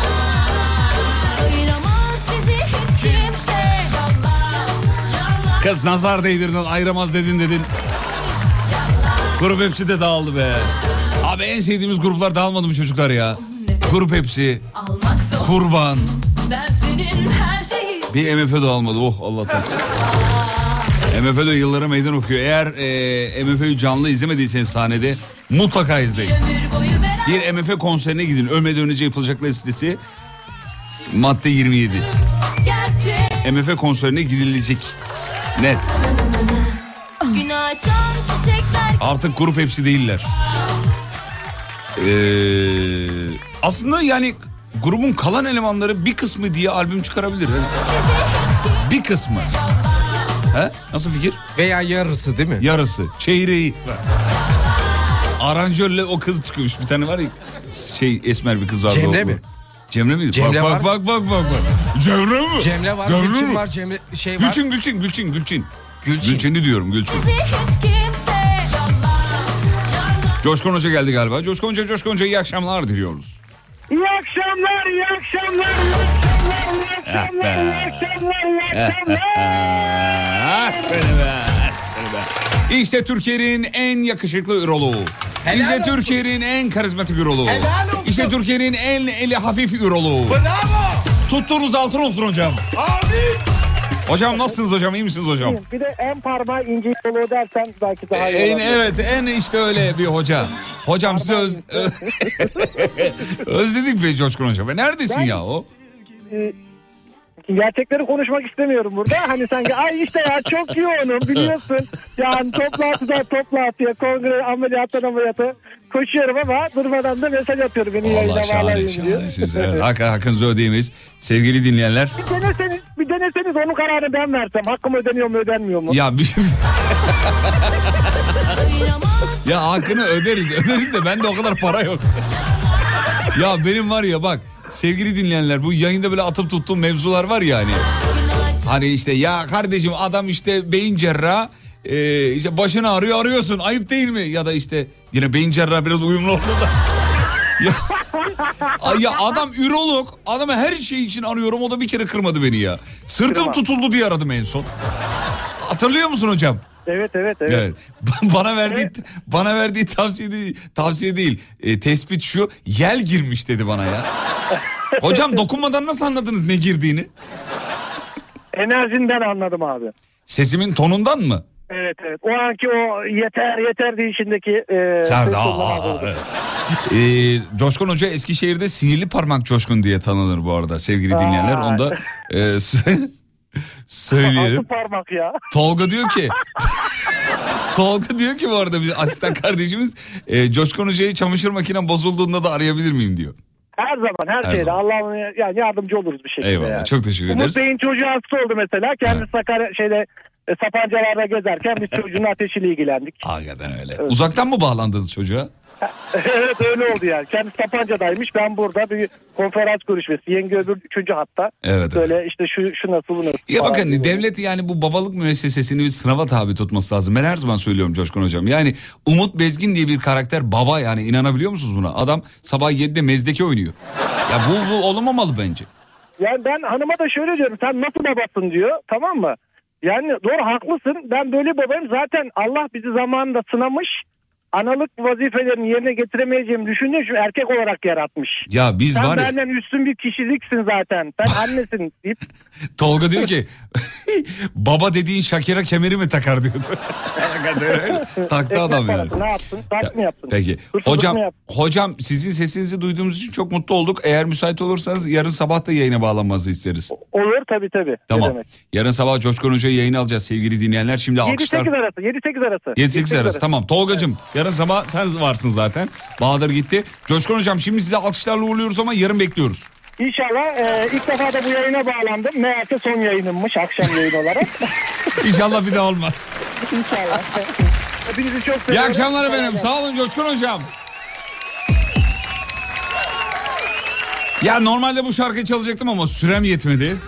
Ayıramaz bizi hiç kimse. Yalan, yalan. Kız nazar değdirdin, ayıramaz dedin. Grup hepsi de dağıldı be. Abi en sevdiğimiz gruplar dağılmadı mı çocuklar ya? Grup hepsi, Almak zor. Kurban. Ben senin her şeyin. Bir MFÖ dağılmadı, oh Allah'tan. MFÖ yıllara meydan okuyor. Eğer MFÖ'yü canlı izlemediyseniz sahnede mutlaka izleyin. Ömür boyu beraber. Bir MFÖ konserine gidin. Ölmeden önce yapılacaklar listesi. Madde 27. Gerçek. MFÖ konserine gidilecek. Net. Gün açan çiçekler. Artık grup hepsi değiller. Aslında yani grubun kalan elemanları bir kısmı diye albüm çıkarabilir. Bir kısmı. He? Nasıl fikir? Veya yarısı değil mi? Yarısı. Çeyreği. Aranjörle o kız çıkmış. Bir tane var ya, esmer bir kız vardı. Cemre o. mi? Cemre miydi? Cemre bak. Cemre mi? Cemre var, Cemre Gülçin mi? var, Cemre şey var. Gülçin. Gülçin'i diyorum, Gülçin. Bizi hiç kimse. Yalan. Coşkun Hoca geldi galiba. Coşkun Hoca iyi akşamlar diliyoruz. İyi akşamlar, iyi akşamlar, iyi akşamlar, iyi akşamlar, iyi akşamlar, iyi akşamlar. İşte Türkiye'nin en yakışıklı üroloğu. İşte Türkiye'nin en karizmatik üroloğu. İşte Türkiye'nin en eli hafif üroloğu. Bravo. Tuttuğunuz altın olsun hocam. Abi. Hocam nasılsınız hocam? İyi misiniz hocam? Bir de en parmağı ince yolu dersen belki daha iyi olabilir. Evet, en işte öyle bir hoca. Hocam size özledik be Coşkun Hoca. Neredesin ya o? Gerçekleri konuşmak istemiyorum burada. Hani sanki ay işte ya çok yoğunum biliyorsun. Yani toplantıdan toplantıya, kongre ameliyattan ameliyata koşuyorum ama durmadan da mesaj atıyorum. Beni yayına Allah bağlayın diyor. şahanesiniz. Evet, hakkınızı ödeyemeyiz. Sevgili dinleyenler. Bir deneseniz onun kararını ben versem. Hakkım ödeniyor mu ödenmiyor mu? Ya ya hakkını öderiz de bende o kadar para yok. Ya benim var ya bak sevgili dinleyenler, bu yayında böyle atıp tuttuğum mevzular var ya hani işte ya kardeşim adam işte beyin cerrahı işte başını arıyorsun ayıp değil mi? Ya da işte yine beyin cerrahı biraz uyumlu oldu da. Ay ya adam ürolog. Adamı her şey için arıyorum. O da bir kere kırmadı beni ya. Sırtım tutuldu diye aradım en son. Hatırlıyor musun hocam? Evet. Bana verdiği tavsiye değil. Tespit şu. Yel girmiş dedi bana ya. Hocam dokunmadan nasıl anladınız ne girdiğini? Enerjinden anladım abi. Sesimin tonundan mı? Evet. O anki o yeter deyişindeki Coşkun Hoca Eskişehir'de sinirli parmak Coşkun diye tanınır bu arada sevgili dinleyenler. Onu da söyleyelim. Altı parmak ya. Tolga diyor ki bu arada bir asistan kardeşimiz Coşkun Hoca'yı çamaşır makinem bozulduğunda da arayabilir miyim diyor. Her zaman her şeyde Allah'ım yani yardımcı oluruz bir şekilde. Eyvallah yani. Çok teşekkür ederiz. Umut Bey'in çocuğu hasta oldu mesela. Kendi Sakarya Sapancalarda gezerken biz çocuğun ateşiyle ilgilendik. Hakikaten öyle. Evet. Uzaktan mı bağlandınız çocuğa? Evet öyle oldu yani. Kendi Sapanca'daymış. Ben burada bir konferans görüşmesi. Yenge öbür 3. hatta. Evet. Böyle işte şu nasıl bu nasıl. Ya bakın devlet yani bu babalık müessesesini bir sınava tabi tutması lazım. Ben her zaman söylüyorum Coşkun Hocam. Yani Umut Bezgin diye bir karakter baba yani inanabiliyor musunuz buna? Adam sabah 7'de mezdeke oynuyor. Ya bu olamamalı bence. Yani ben hanıma da şöyle diyorum. Sen nasıl babasın diyor. Tamam mı? Yani doğru haklısın. Ben böyle babayım. Zaten Allah bizi zamanında sınamış. Analık vazifelerini yerine getiremeyeceğimi düşündüğüm için erkek olarak yaratmış. Ya biz sen var ya. Sen benden üstün bir kişiliksin zaten. Sen annesin deyip. Tolga diyor ki baba dediğin Şakir'e kemeri mi takar diyordu. Taktı adam yani. Ne yaptın? Tak mı yaptın? Peki. Hocam sizin sesinizi duyduğumuz için çok mutlu olduk. Eğer müsait olursanız yarın sabah da yayına bağlanmanızı isteriz. Olur tabii. Tamam. Yarın sabah Coşkun Hoca'yı yayına alacağız sevgili dinleyenler. Şimdi alkışlar. 7-8 arası. 7-8 arası. Tamam. Tolgacığım yarın sabah sen varsın zaten. Bahadır gitti. Coşkun Hocam şimdi size alkışlarla uğurluyoruz ama yarın bekliyoruz. İnşallah ilk defa da bu yayına bağlandım. Meğerse son yayınımmış akşam yayın olarak. İnşallah bir daha olmaz. İnşallah. Hepinizi çok seviyorum. İyi akşamlar efendim. Sağ olun Coşkun Hocam. Ya normalde bu şarkıyı çalacaktım ama sürem yetmedi.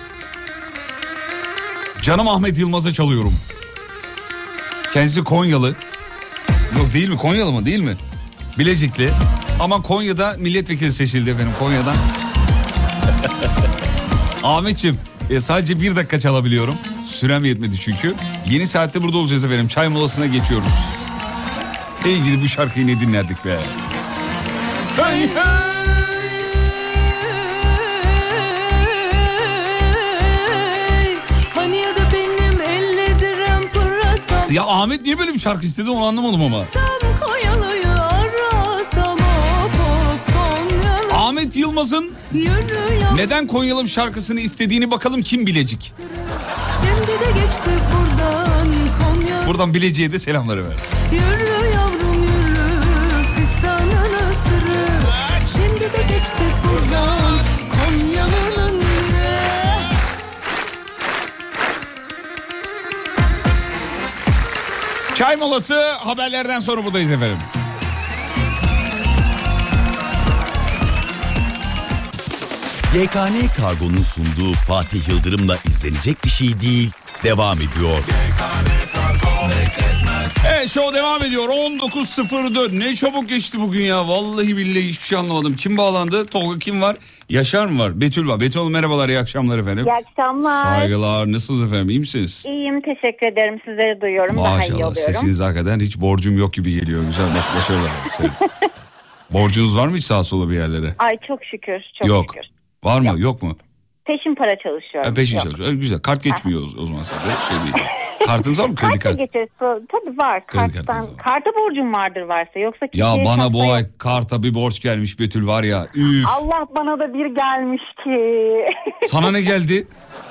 Canım Ahmet Yılmaz'a çalıyorum. Kendisi Konyalı. Yok değil mi? Konyalı mı? Değil mi? Bilecikli. Ama Konya'da milletvekili seçildi efendim Konya'dan. Ahmetciğim sadece 1 dakika çalabiliyorum. Sürem yetmedi çünkü. Yeni saatte burada olacağız efendim. Çay molasına geçiyoruz. İlgili bu şarkıyı ne dinlerdik be? Hey hey! Hani ya da benim 50 dirhem pırasam. Ya Ahmet niye böyle bir şarkı istedi onu anlamadım ama. Ahmet Yılmaz'ın neden Konyalım şarkısını istediğini bakalım kim bilecek. Şimdi de geçti Buradan Bilecik'e de selamlar efendim. Yürü yavrum yürü pistanın ısırı. Şimdi de geçti buradan Konya'nın yürü. Çay molası haberlerden sonra buradayız efendim. YKN Kargo'nun sunduğu Fatih Yıldırım'la izlenecek bir şey değil devam ediyor. Evet show devam ediyor 19.04 ne çabuk geçti bugün ya vallahi billahi hiçbir şey anlamadım. Kim bağlandı? Tolga kim var? Yaşar mı var? Betül var. Betül merhabalar iyi akşamlar efendim. İyi akşamlar. Saygılar nasılsınız efendim iyi misiniz? İyiyim teşekkür ederim sizleri duyuyorum daha iyi Maşallah oluyorum. sesiniz hakikaten hiç borcum yok gibi geliyor güzel başarılar. Borcunuz var mı hiç sağa sola bir yerlere? Ay çok şükür çok yok. şükür. Var mı yok mu? Peşin para çalışıyorum. Peşin çalışıyor güzel kart geçmiyor o zaman sizde şey değil. Kartınız var mı kredi kartı? Tabii var. Karta borcum vardır varsa. Yoksa ya bana bu ay karta bir borç gelmiş Betül var ya. Üf. Allah bana da bir gelmiş ki. Sana ne geldi?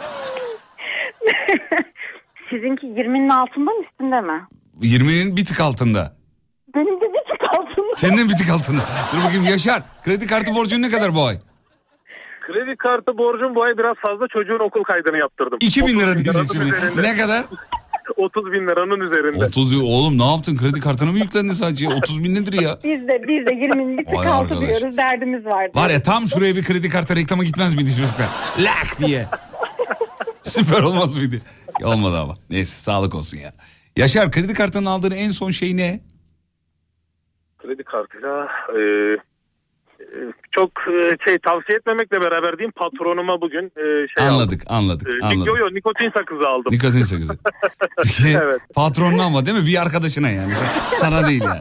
Sizinki 20'nin altında mı üstünde mi? 20'nin bir tık altında. Benim de bir tık altında. Senin bir tık altında. Dur bakayım Yaşar. Kredi kartı borcun ne kadar bu ay? Kredi kartı borcum bu ay biraz fazla çocuğun okul kaydını yaptırdım. 2000 lira diyecek şimdi. Ne kadar? 30 bin liranın üzerinde. 30 oğlum ne yaptın kredi kartına mı yüklendin sadece 30 bin nedir ya? Biz de 20'nin bir tık altı diyoruz derdimiz var. Var ya tam şuraya bir kredi kartı reklama gitmez miydi çocuklar? Lak diye. Süper olmaz mıydı? Olmadı ama neyse sağlık olsun ya. Yaşar kredi kartının aldığın en son şey ne? Kredi kartıyla çok tavsiye etmemekle beraber diyeyim, patronuma bugün anladık. Nikotin sakızı aldım. Nikotin sakızı. Evet. Patronuna ama değil mi? Bir arkadaşına yani. Sana değil yani.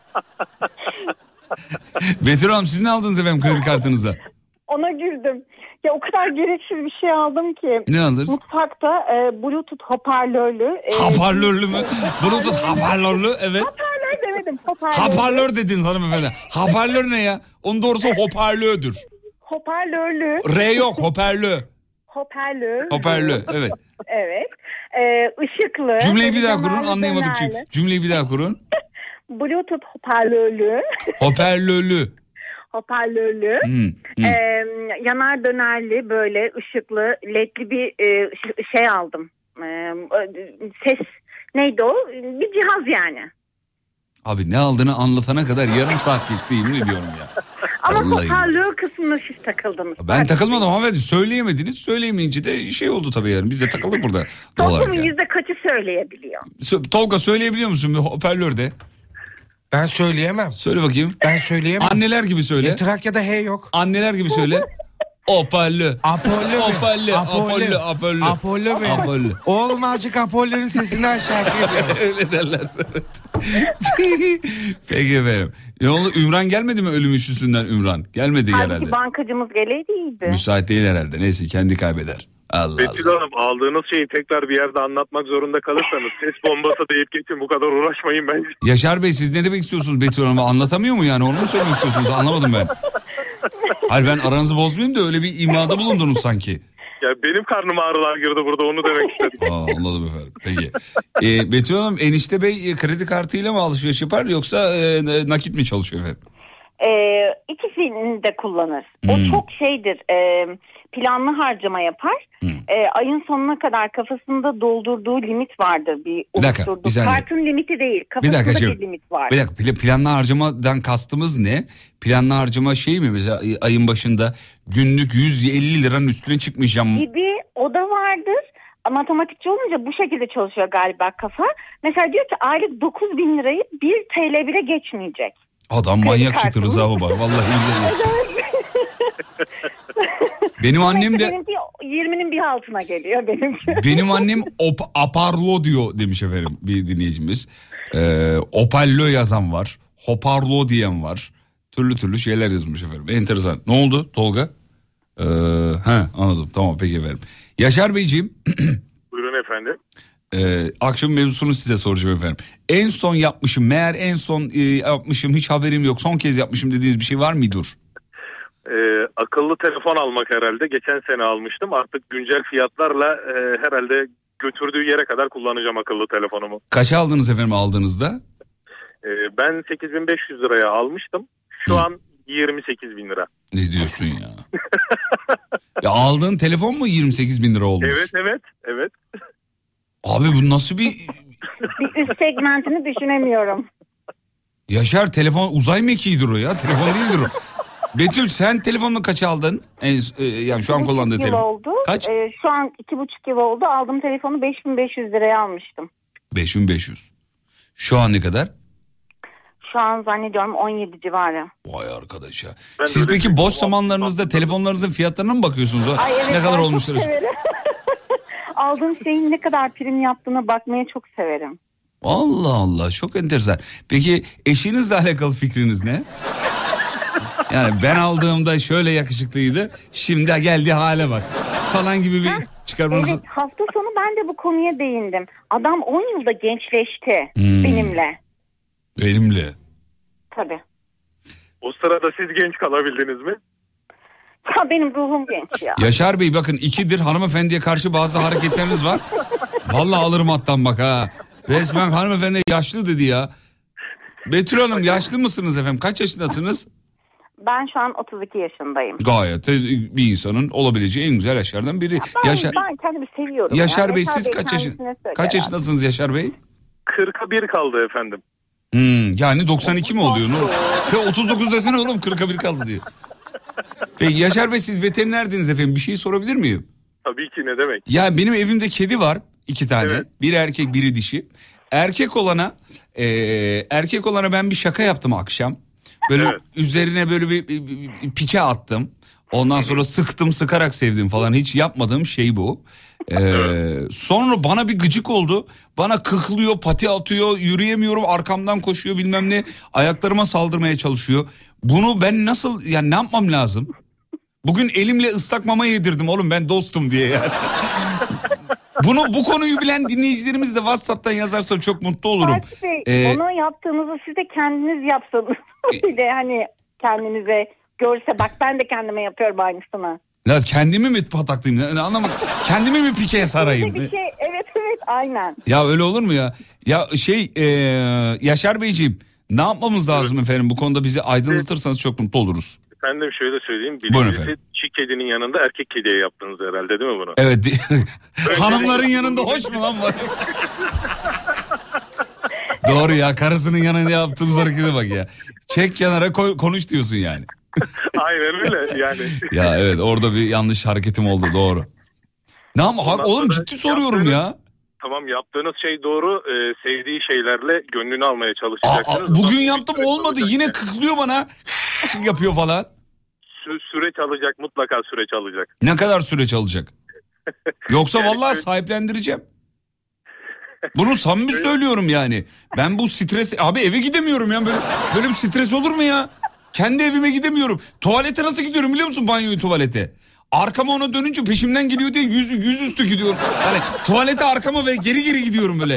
Betül Hanım, siz ne aldınız efendim kredi kartınıza? Ona güldüm. Ya o kadar gereksiz bir şey aldım ki. Ne aldınız? Mutfakta Bluetooth hoparlörlü. Hoparlörlü mü? Bluetooth hoparlörlü, evet. Hoparlör demedim. Hoparlör dedin hanımefendi. Hoparlör ne ya? Onun doğrusu hoparlördür. Hoparlörlü. R yok, hoparlö. Hoparlör, evet. Evet. Işıklı. Cümleyi bir daha kurun, anlayamadık çünkü. Cümleyi bir daha kurun. Bluetooth hoparlörlü. Hoparlörlü. Yanar dönerli, böyle ışıklı, ledli bir şey aldım. Ses neydi o? Bir cihaz yani. Abi ne aldığını anlatana kadar yarım saat gitti, yemin ediyorum ya. Ama hoparlör kısmına siz takıldınız. Ben takılmadım ama söyleyemediniz. Söyleyemeyince de şey oldu tabii yani. Biz de takıldık burada. Toplumun yüzde kaçı söyleyebiliyor? Tolga, söyleyebiliyor musun bir hoparlörde? Ben söyleyemem. Söyle bakayım. Ben söyleyemem. Anneler gibi söyle. Trakya'da H yok. Anneler gibi söyle. Hoparlö. Apollo. Oğlum azıcık Apollo'nun sesini aşağı geliyor. Öyle derler. Evet. Peki efendim. Ne oldu? Ümran gelmedi mi ölüm üstünden Ümran? Gelmedi herhalde. Halbuki bankacımız geleydiydi. Müsait değil herhalde. Neyse, kendi kaybeder. Allah Betül Allah. Hanım, aldığınız şeyi tekrar bir yerde anlatmak zorunda kalırsanız ses bombası deyip geçin, bu kadar uğraşmayın bence. Yaşar Bey, siz ne demek istiyorsunuz Betül Hanım'a? Anlatamıyor mu yani? Onu mu söylemek istiyorsunuz? Anlamadım ben. Hayır, ben aranızı bozmayayım da öyle bir imada bulundunuz sanki. Ya benim karnıma ağrılar girdi burada, onu demek istedim. Anladım efendim. Peki. Betül Hanım, enişte bey kredi kartıyla mı alışveriş yapar yoksa nakit mi çalışıyor efendim? İkisini de kullanır. O çok şeydir. Planlı harcama yapar. Ayın sonuna kadar kafasında doldurduğu limit vardır. Bir kartın limiti değil. Kafasında bir limit var. Bir dakika, planlı harcamadan kastımız ne? Planlı harcama şey mi mesela, ayın başında günlük 150 liranın üstüne çıkmayacağım gibi, o da vardır. Matematikçi olunca bu şekilde çalışıyor galiba kafa. Mesela diyor ki aylık 9.000 lirayı 1 TL bile geçmeyecek. Adam manyak çıktı Rıza baba. Vallahi benim annem de... Benimki 20'nin bir altına geliyor benimki. Benim annem aparlo diyor demiş efendim bir dinleyicimiz. Opallo yazan var. Hoparlo diyen var. Türlü şeyler yazmış efendim. Enteresan. Ne oldu Tolga? Anladım. Tamam, peki efendim. Yaşar Beyciğim. Buyurun efendim. Akşam mevzusunu size soracağım efendim. En son yapmışım, meğer en son yapmışım, hiç haberim yok, son kez yapmışım dediğiniz bir şey var mıdır? Akıllı telefon almak herhalde. Geçen sene almıştım. Artık güncel fiyatlarla herhalde götürdüğü yere kadar kullanacağım akıllı telefonumu. Kaça aldınız efendim aldığınızda? Ben 8.500 liraya almıştım. Şu an 28.000 lira. Ne diyorsun ya? Ya aldığın telefon mu 28.000 lira olmuş? Evet. Abi bu nasıl bir... Bir üst segmentini düşünemiyorum. Yaşar, telefon uzay mekiğidir o ya. Telefon değildir o. Betül, sen telefonunu kaç aldın? Yani şu an kullandığı telefon. Oldu. Kaç? Şu an 2,5 yıl oldu. Aldığım telefonu 5.500 liraya almıştım. 5.500. Şu an ne kadar? Şu an zannediyorum 17 civarı. Vay arkadaş ya. Siz peki boş zamanlarınızda telefonlarınızın fiyatlarına mı bakıyorsunuz? Ay evet, ne kadar olmuştur? Aldığım şeyin ne kadar prim yaptığına bakmaya çok severim. Allah Allah, çok enteresan. Peki eşinizle alakalı fikriniz ne? Yani ben aldığımda şöyle yakışıklıydı, şimdi geldiği hale bak falan gibi bir çıkarmanız... Evet, hafta sonu ben de bu konuya değindim. Adam 10 yılda gençleşti benimle. Benimle? Tabii. O sırada siz genç kalabildiniz mi? Ya benim ruhum genç ya. Yaşar Bey, bakın 2'dir hanımefendiye karşı bazı hareketleriniz var. Vallahi alırım hattan bak ha. Resmen hanımefendi yaşlı dedi ya. Betül Hanım, yaşlı mısınız efendim? Kaç yaşındasınız? Ben şu an 32 yaşındayım. Gayet bir insanın olabileceği en güzel yaşlardan biri. Ben kendimi seviyorum. Yaşar Bey, siz kaç yaşındasınız Yaşar Bey? 40'a 1 kaldı efendim. Yani 92 mi oluyor? 39 desene oğlum, 40'a 1 kaldı diye. Peki Yaşar Bey, siz veterinerdiniz efendim. Bir şey sorabilir miyim? Tabii ki, ne demek? Ya benim evimde kedi var 2 tane. Evet. Biri erkek, biri dişi. Erkek olana ben bir şaka yaptım akşam. Böyle Evet. üzerine böyle bir pike attım. Ondan sonra sıktım, sıkarak sevdim falan. Hiç yapmadığım şey bu. Sonra bana bir gıcık oldu. Bana kıklıyor, pati atıyor, yürüyemiyorum, arkamdan koşuyor bilmem ne. Ayaklarıma saldırmaya çalışıyor. Bunu ben nasıl, yani ne yapmam lazım? Bugün elimle ıslak mama yedirdim oğlum, ben dostum diye yani. Bu konuyu bilen dinleyicilerimiz de WhatsApp'tan yazarsa çok mutlu olurum. Fatih Bey, onu yaptığınızı siz de kendiniz yapsanız. Bir de hani kendinize görse, bak ben de kendime yapıyorum aynısını. Biraz kendimi mi pataklayayım? Anlamadım. Kendimi mi pikeye sarayım? Bir şey, evet aynen. Ya öyle olur mu ya? Ya Yaşar Beyciğim, ne yapmamız lazım efendim? Bu konuda bizi aydınlatırsanız çok mutlu oluruz. Efendim şöyle söyleyeyim. Birincisi çiğ kedinin yanında erkek kediye yaptınız herhalde, değil mi bunu? Evet. Hanımların yanında hoş mu lan var? Doğru ya, karısının yanında yaptığımız harekete bak ya. Çek kenara konuş diyorsun yani. Aynen öyle yani. Ya evet, orada bir yanlış hareketim oldu, doğru. Ne ama oğlum, ciddi soruyorum ya. Tamam, yaptığınız şey doğru. Sevdiği şeylerle gönlünü almaya çalışacaksınız. Bugün yaptım, olmadı. Yine kıklıyor bana. Yapıyor falan. Süreç alacak, mutlaka süreç alacak. Ne kadar süreç alacak? Yoksa yani vallahi sahiplendireceğim. Bunu samimi söylüyorum yani. Ben bu stres... Abi eve gidemiyorum ya. Böyle bir stres olur mu ya? Kendi evime gidemiyorum. Tuvalete nasıl gidiyorum biliyor musun, banyoyu, tuvalete? Arkama ona dönünce peşimden geliyor diye yüzüstü gidiyorum. Yani tuvalete arkama ve geri gidiyorum böyle.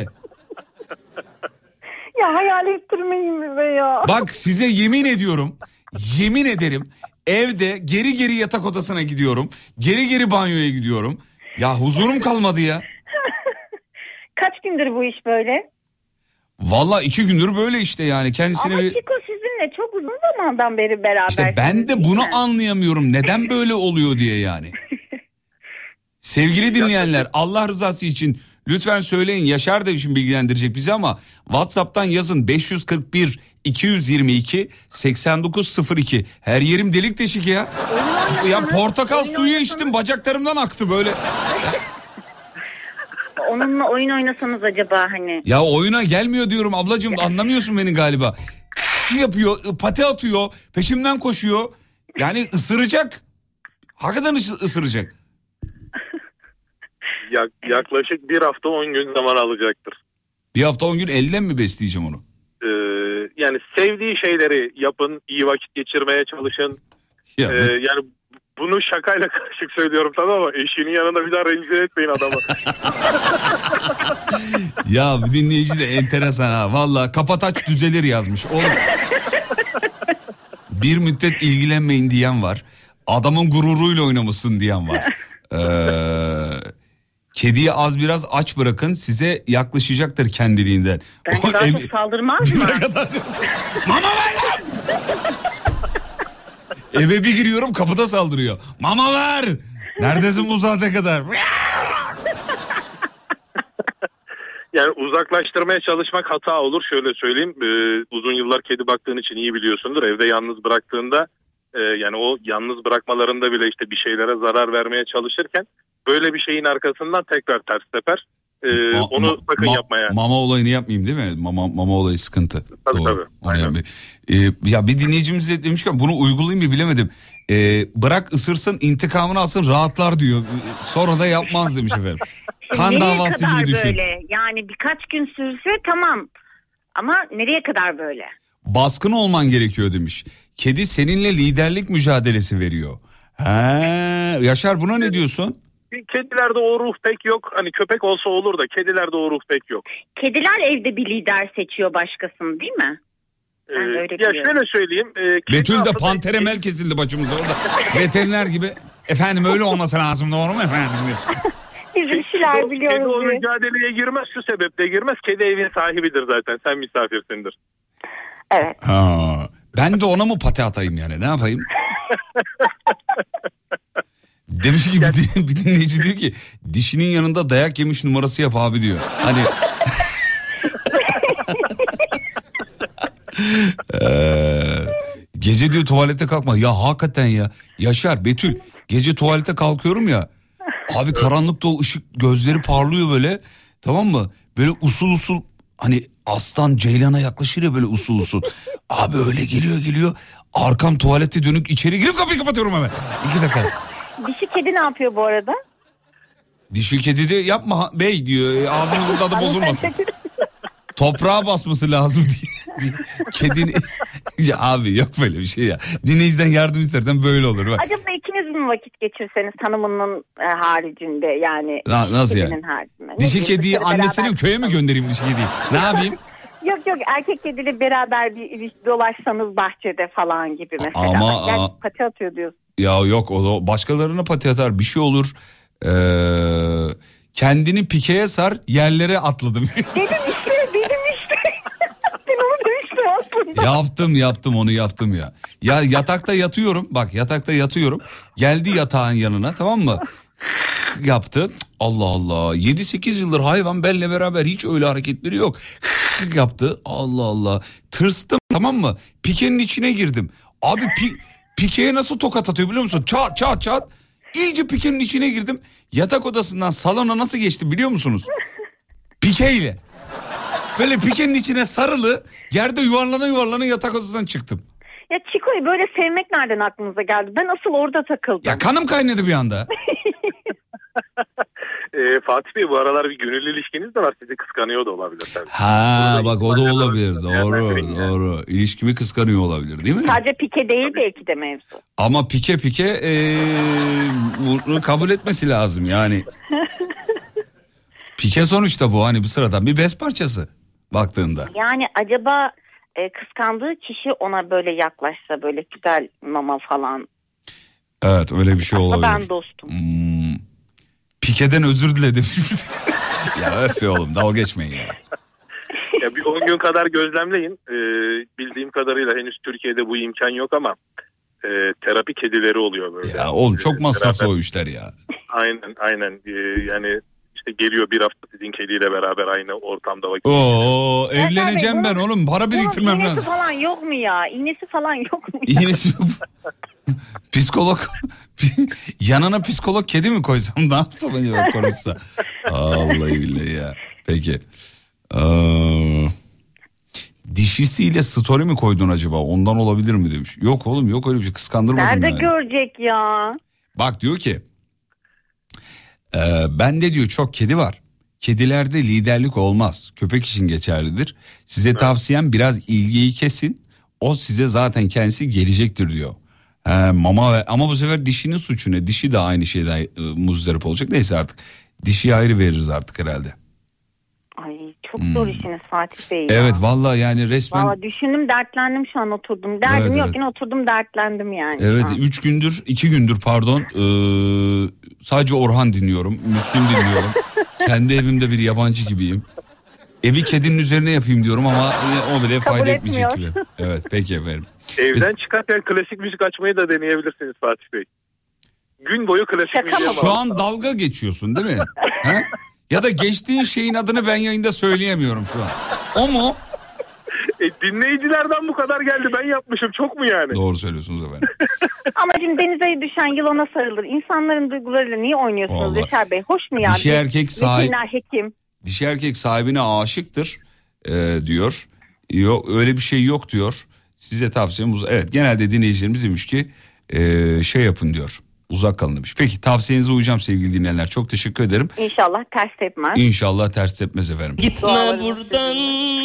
Ya hayal ettirmeyin bize ya. Bak size yemin ediyorum. Yemin ederim. Evde geri yatak odasına gidiyorum. Geri banyoya gidiyorum. Ya huzurum kalmadı ya. Kaç gündür bu iş böyle? Vallahi 2 gündür böyle işte yani. Kendisine ama Çiko sizinle çok uzun zamandan beri beraber. İşte ben de bunu anlayamıyorum. Neden böyle oluyor diye yani. Sevgili dinleyenler, Allah rızası için lütfen söyleyin. Yaşar da şimdi bilgilendirecek bizi ama WhatsApp'tan yazın 541 222 8902. Her yerim delik deşik ya. Ya portakal suyu içtim, bacaklarımdan aktı böyle. Onunla oyun oynasanız acaba hani. Ya oyuna gelmiyor diyorum ablacığım, anlamıyorsun beni galiba. Yapıyor, pati atıyor, peşimden koşuyor. Yani ısıracak. Hakikaten ısıracak. Yaklaşık 1 hafta 10 gün zaman alacaktır. 1 hafta 10 gün elden mi besleyeceğim onu? Yani sevdiği şeyleri yapın, iyi vakit geçirmeye çalışın. Yani bunu şakayla karışık söylüyorum tamam ama eşinin yanında bir daha rencide etmeyin adamı. Ya bir dinleyici de enteresan ha. Valla kapataç düzelir yazmış. Oğlum. Bir müddet ilgilenmeyin diyen var. Adamın gururuyla oynamasın diyen var. Kediyi az biraz aç bırakın, size yaklaşacaktır kendiliğinden. Ben daha çok saldırmaz mı? Mama ver lan! Eve bir giriyorum, kapıda saldırıyor. Mama ver! Neredesin bu saate kadar? Yani uzaklaştırmaya çalışmak hata olur. Şöyle söyleyeyim, uzun yıllar kedi baktığın için iyi biliyorsundur. Evde yalnız bıraktığında yani o yalnız bırakmalarında bile işte bir şeylere zarar vermeye çalışırken böyle bir şeyin arkasından tekrar ters teper. Onu sakın yapmaya. Mama olayını yapmayayım değil mi? Mama olayı sıkıntı. Tabii. Ya bir dinleyicimiz de demiş ki bunu uygulayayım mı bilemedim. Bırak ısırsın, intikamını alsın, rahatlar diyor. Sonra da yapmaz demiş efendim. Kan davası gibi düşün. Böyle? Yani birkaç gün sürse tamam. Ama nereye kadar böyle? Baskın olman gerekiyor demiş. Kedi seninle liderlik mücadelesi veriyor. Yaşar, buna ne diyorsun? Kedilerde o ruh pek yok. Hani köpek olsa olur da kedilerde o ruh pek yok. Kediler evde bir lider seçiyor başkasını değil mi? Ya şöyle söyleyeyim. Betül de panteremel kesildi başımıza orada. Veteriner gibi. Efendim öyle olması lazım, doğru mu efendim? Biz bir şeyler biliyoruz. Kedi o mücadeleye girmez, şu sebeple girmez. Kedi evin sahibidir zaten. Sen misafirsindir. Evet. Ben de ona mı pati atayım yani, ne yapayım? Demiş ki bir dinleyici diyor ki dişinin yanında dayak yemiş numarası yap abi diyor. Hani gece diyor tuvalete kalkma. Ya hakikaten ya. Yaşar, Betül, gece tuvalete kalkıyorum ya. Abi karanlıkta o ışık, gözleri parlıyor böyle. Tamam mı? Böyle usul usul, hani aslan ceylana yaklaşır ya böyle usul usul. Abi öyle geliyor. Arkam tuvalete dönük, içeri girip kapıyı kapatıyorum hemen. 2 dakika. Dişi kedi ne yapıyor bu arada? Dişi kedi de yapma bey diyor. Ağzımızın tadı bozulmasın. Toprağa basması lazım diye. Kedini... Ya abi yok böyle bir şey ya. Dinleyiciden yardım istersen böyle olur. Bak. Acaba ikiniz mi vakit geçirseniz hanımının haricinde yani? Nasıl yani? Haricinde. Dişi kediyi annesinin köye mi göndereyim dişi kediyi? Ne yapayım? Yok erkek kediyle beraber bir dolaşsanız bahçede falan gibi mesela. Ama pati atıyor diyorsun. Ya yok o başkalarına pati atar bir şey olur. Kendini pikeye sar yerlere atladım. Dedim işte. Ben onu demiştim aslında. Yaptım onu ya. Ya yatakta yatıyorum. Geldi yatağın yanına, tamam mı? Yaptı. Allah Allah. 7-8 yıldır hayvan benle beraber hiç öyle hareketleri yok. Yaptı. Allah Allah. Tırstım, tamam mı? Pikenin içine girdim. Abi pikeye nasıl tokat atıyor biliyor musun? Çat. İyice pikenin içine girdim. Yatak odasından salona nasıl geçti biliyor musunuz? Pikeyle. Böyle pikenin içine sarılı yerde yuvarlana yatak odasından çıktım. Ya Çiko'yu böyle sevmek nereden aklınıza geldi? Ben asıl orada takıldım. Ya kanım kaynadı bir anda. Fatih Bey bu aralar bir gönüllü ilişkiniz de var. Sizi kıskanıyor da olabilir tabii. Ha bak o da olabilir. Doğru. İlişkimi kıskanıyor olabilir değil mi? Sadece pike değil belki de mevzu. Ama pike bunu kabul etmesi lazım yani. Pike sonuçta bu hani bir sıradan bir bez parçası baktığında. Yani acaba kıskandığı kişi ona böyle yaklaşsa böyle güzel mama falan. Evet öyle bir şey olabilir. Ben dostum. Pike'den özür diledim. Ya öf oğlum dalga geçmeyin ya. Ya bir 10 gün kadar gözlemleyin. Bildiğim kadarıyla henüz Türkiye'de bu imkan yok ama terapi kedileri oluyor böyle. Ya oğlum çok masraflı o işler ya. Aynen. Yani işte geliyor bir hafta sizin kediyle beraber aynı ortamda vakit. Oo evleneceğim ben oğlum. Para biriktirmem lazım. İğnesi falan yok mu ya? İğnesi falan yok mu? İğnesi yok. Psikolog yanına psikolog kedi mi koysam ne yapsam acaba konuşsa. Vallahi billahi ya. Peki. Dişisiyle story mi koydun acaba? Ondan olabilir mi demiş. Yok oğlum yok öyle bir şey, kıskandırmadım nerede yani. görecek ya? Bak diyor ki bende diyor çok kedi var. Kedilerde liderlik olmaz. Köpek için geçerlidir. Size tavsiyem biraz ilgiyi kesin. O size zaten kendisi gelecektir diyor. Ama bu sefer dişinin suçu ne? Dişi de aynı şeyden muzdarip olacak. Neyse artık dişiye ayrı veririz artık herhalde. Ay çok zor işiniz Fatih Bey ya. Evet vallahi yani resmen. Vallahi düşündüm dertlendim şu an oturdum. Derdim evet, yok yine oturdum dertlendim yani. Evet 2 gündür sadece Orhan dinliyorum. Müslüm dinliyorum. Kendi evimde bir yabancı gibiyim. Evi kedinin üzerine yapayım diyorum ama o bile fayda etmeyecek gibi. Evet peki efendim. Evden çıkarken klasik müzik açmayı da deneyebilirsiniz Fatih Bey. Gün boyu klasik müzik. Şu an dalga geçiyorsun değil mi? He? Ya da geçtiğin şeyin adını ben yayında söyleyemiyorum şu an. O mu? Dinleyicilerden bu kadar geldi ben yapmışım çok mu yani? Doğru söylüyorsunuz efendim. Ama şimdi denize düşen yılana sarılır. İnsanların duygularıyla niye oynuyorsunuz Yaşar Bey? Hoş mu yani? Dişi erkek sahibine aşıktır diyor. Yok öyle bir şey yok diyor. Size tavsiyem evet genelde dinleyicilerimiz demiş ki şey yapın diyor. Uzak kalın demiş. Peki tavsiyenize uyacağım sevgili dinleyenler. Çok teşekkür ederim. İnşallah ters tepmez. İnşallah ters tepmez efendim. Gitme buradan.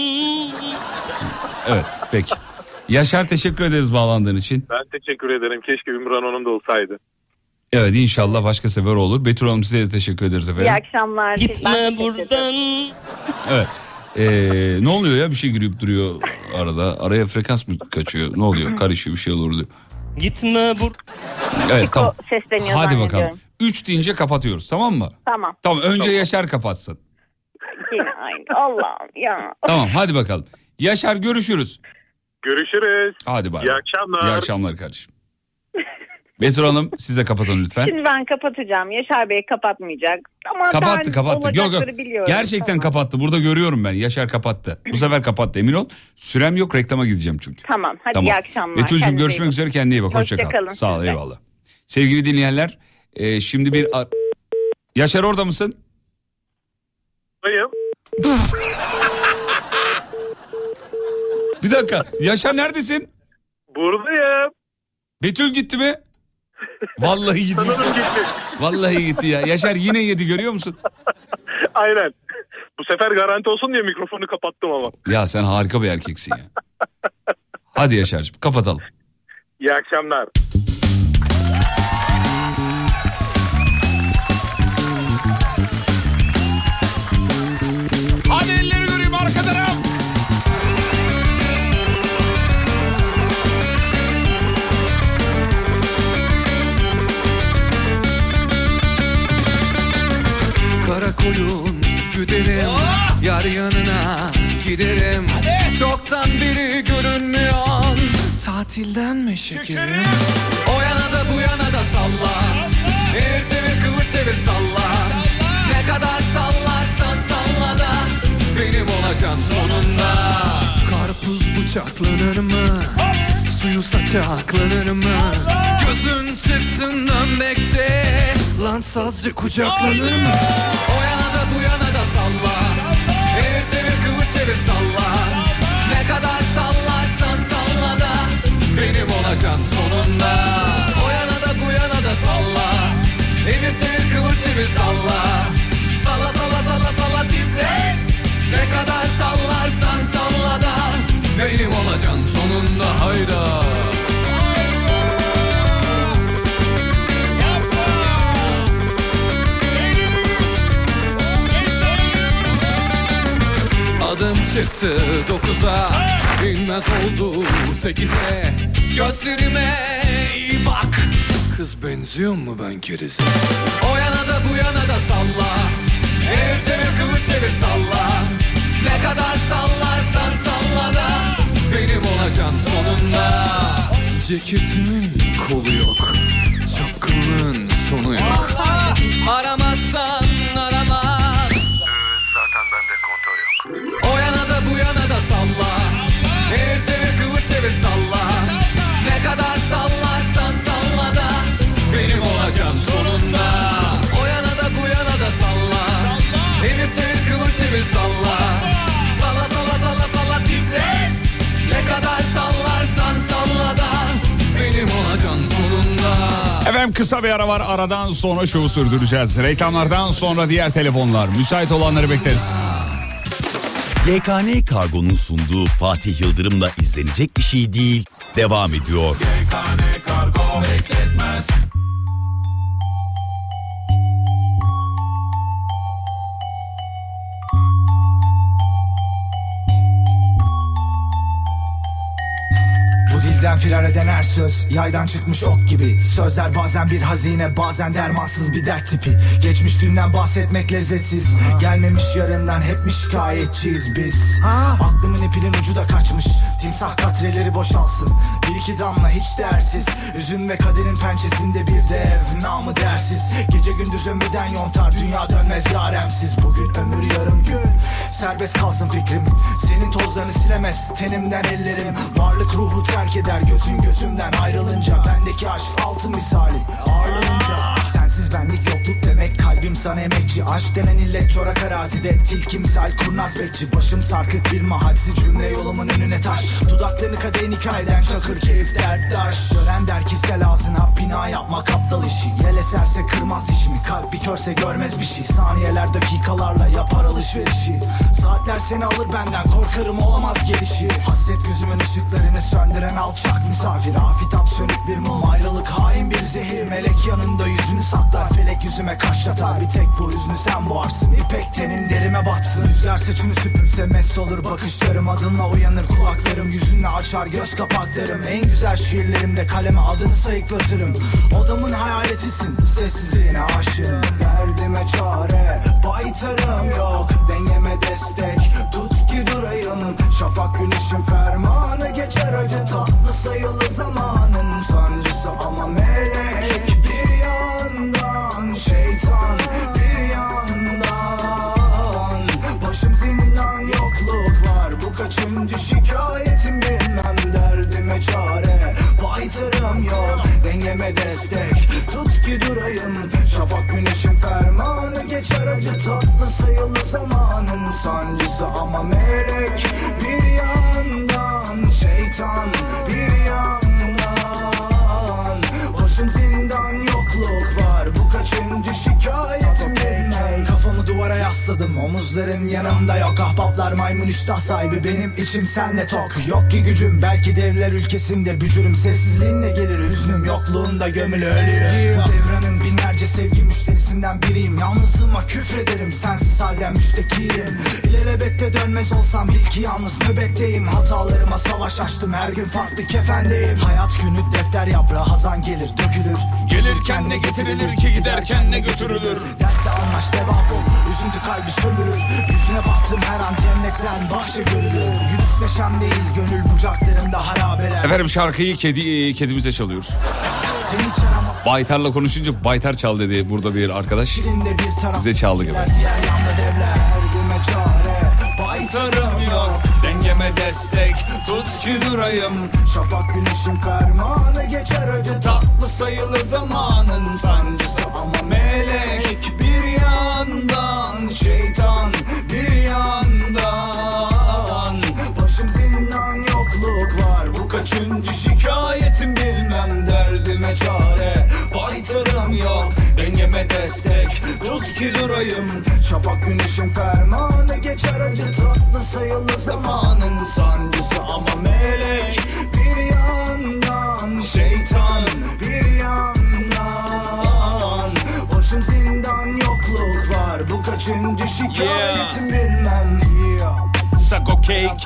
Evet peki. Yaşar teşekkür ederiz bağlandığın için. Ben teşekkür ederim. Keşke Ümran Hanım da olsaydı. Evet inşallah başka sefer olur. Betül Hanım size de teşekkür ederiz efendim. İyi akşamlar. Gitme buradan. Evet. Ne oluyor ya bir şey girip duruyor arada. Araya frekans mı kaçıyor? Ne oluyor? Karışıyor bir şey olur diyor. Gitme Evet tamam. Hadi bakalım. 3 deyince kapatıyoruz tamam mı? Tamam. Tamam önce Yaşar kapatsın. Yine aynı. Allah'ım ya. Tamam hadi bakalım. Yaşar görüşürüz. Görüşürüz. Hadi bay. İyi akşamlar. İyi akşamlar kardeşim. Betül Hanım siz de kapatın lütfen. Şimdi ben kapatacağım. Yaşar Bey kapatmayacak. Ama kapattı. Yok. Gerçekten kapattı. Burada görüyorum ben. Yaşar kapattı. Bu sefer kapattı emin ol. Sürem yok reklama gideceğim çünkü. Tamam. Hadi iyi akşamlar. Betül'cüğüm görüşmek üzere kendine iyi bak. Hoşça kal. Sağ ol eyvallah. Sevgili dinleyenler şimdi Yaşar orada mısın? Hayır. Bir dakika. Yaşar neredesin? Buradayım. Betül gitti mi? Vallahi gitti. Vallahi gitti ya. Yaşar yine yedi, görüyor musun? Aynen. Bu sefer garanti olsun diye mikrofonu kapattım ama. Ya sen harika bir erkeksin ya. Hadi Yaşar'cığım kapatalım. İyi akşamlar. Hadi elleri göreyim arka taraf. Karakoyun güderim, yar yanına giderim. Hadi. Çoktan biri görünmüyor, tatilden mi şekerim? O yana da bu yana da salla, el çevir kıvır çevir salla. Ne kadar sallarsan salla da benim olacaksın sonunda. Karpuz bıçaklanır mı? Suyu saçaklanır mı? Gözün çıksın dönmekte, lan sazcı kucaklanır mı? O yana da bu yana da salla, el çevir kıvır çevir salla. Ne kadar sallarsan salla da benim olacaksın sonunda. O yana da bu yana da salla, el çevir kıvır çevir salla. Salla salla salla salla titret. Ne kadar sallarsan salla da benim olacaksın sonunda. Hayda. Adım çıktı 9'a, inmez oldu 8'e. Gözlerime iyi bak, kız benziyor mu ben kerize? O yana da bu yana da salla, el çevir kıvır çevir salla. Ne kadar sallarsan salla da benim olacaksın sonunda. Ceketimin kolu yok, çapkınlığın sonu yok. Aramazsan arama, zaten bende kontör yok. O yana da bu yana da salla, el çevir kıvır çevir salla. Ne kadar sallarsan salla da benim olacaksın sonunda. O yana da bu yana da salla, el çevir kıvır çevir salla. Salla salla salla salla titret. Ne kadar sallarsan salla da benim olacaksın sonunda. Efendim kısa bir ara var, aradan sonra şovu sürdüreceğiz. Reklamlardan sonra diğer telefonlar. Müsait olanları bekleriz. YKN Kargo'nun sunduğu Fatih Yıldırım'la izlenecek bir şey değil devam ediyor. YKN Kargo bekletmez. Dilden firar eden her söz yaydan çıkmış ok gibi. Sözler bazen bir hazine, bazen dermansız bir dert tipi. Geçmiş dünden bahsetmek lezzetsiz, gelmemiş yarından hep mi şikayetçiyiz biz? Aklımın ipinin ucu da kaçmış, timsah katreleri boşalsın. Bir iki damla hiç değersiz, hüzün ve kaderin pençesinde bir dev, namı değersiz. Gece gündüz ömürden yontar, dünya dönmez yaremsiz. Bugün ömür yarım gün, serbest kalsın fikrim. Senin tozlarını silemez tenimden ellerim. Varlık ruhu terk eder gözün gözümden ayrılınca. Bendeki aşk altın misali ağırlanınca. Sensiz benlik yokluk demek, kalbim sana emekçi. Aşk denen illet çorak arazide, tilki misal kurnaz bekçi. Başım sarkık bir mahalsiz cümle yolumun önüne taş. Dudaklarını kadehin hikayeden çakır keyif derttaş. Gören der ki sel ağzına bina yapmak aptal işi. Yel eserse kırmaz dişimi, kalp bir körse görmez bir şey. Saniyeler dakikalarla yapar alışverişi. Saatler seni alır benden, korkarım olamaz gelişi. Hasret gözümün ışıklarını söndüren alçak misafir. Afitap sönük bir mum, ayrılık hain bir zehir. Melek yanında yüzünü saklar, felek yüzüme kaşlatar. Bir tek bu hüznü sen boğarsın, ipek tenin derime batsın. Rüzgar saçını süpürse mest olur bakışlarım. Adınla uyanır kulaklarım, yüzünle açar göz kapaklarım. En güzel şiirlerimde kaleme adını sayıklatırım. Odamın hayaletisin, sessizliğine aşığım. Derdime çare, baytarım yok. Dengeme destek, tut ki durayım. Şafak güneşin fermanı geçer acı tatlı sayılı zamanın sancısı ama melek. Bir yandan şeytan, bir yandan başım zindan, yokluk var. Bu kaçıncı şikayetim bilmem, derdime çare, baytarım yok. Dengeme destek, tut ki durayım. Şafak güneşin fermanı geçer acı tatlı sayılı zamanın sancısı ama melek. Bir yandan rastladım. Omuzların yanımda yok, ahbaplar maymun iştah sahibi. Benim içim senle tok, yok ki gücüm. Belki devler ülkesinde bücürüm. Sessizliğinle gelir hüznüm, yokluğunda gömülü ölüyor. Bu devranın binlerce sevgi müşterisinden biriyim. Yalnızlığıma küfrederim, sensiz halden müştekiyim. İlelebette dönmez olsam bil ki yalnız nöbetteyim. Hatalarıma savaş açtım, her gün farklı kefendeyim. Hayat günü defter yaprağı, hazan gelir dökülür. Gelirken ne getirilir ki giderken ne götürülür. Dertle anlaş deva bul, üzüntü kalbi sömürür. Yüzüne baktım her an cennetten bahçe görülür. Gülüş neşem değil, gönül bucaklarımda harabeler. Efendim şarkıyı kedimize çalıyoruz. Baytar'la konuşunca Baytar çal dedi burada bir arkadaş. Bize çaldı gibi. Baytarım yok, dengeme destek, tut ki durayım. Şafak güneşin fermanı geçer acı, Tatlı sayılı zamanın sancısı ama melek bir yandan, şeytan bir yandan. başım zindan yokluk var. Bu kaçıncı şikayetim bilmem, derdime çare. Baytarım yok, dengeme destek, tut ki durayım. Şafak güneşin fermanı geçer acı, tatlı sayılı zamanın sancısı ama melek bir yandan, Şeytan bir yandan. Başım zindan yokluk var. Bu kaçıncı şikayetim bilmem. Sako KK.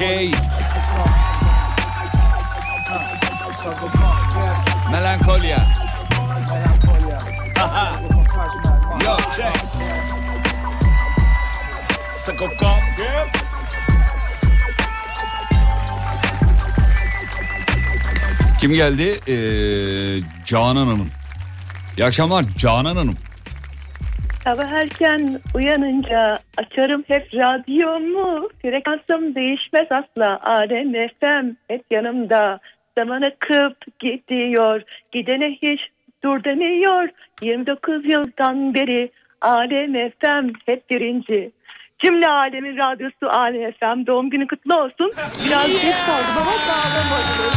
Melankolya. Yo, stay. Sako KK. Kim geldi? Canan Hanım. İyi akşamlar Canan Hanım. Sabah erken uyanınca açarım hep radyomu. Frekansım değişmez asla. Alem FM hep yanımda. Zaman akıp gidiyor. Gidene hiç dur demiyor. 29 yıldan beri Alem FM hep birinci. Cümle alemin radyosu Alem FM. Doğum günü kutlu olsun. Biraz geç kaldım ama bağlamadım.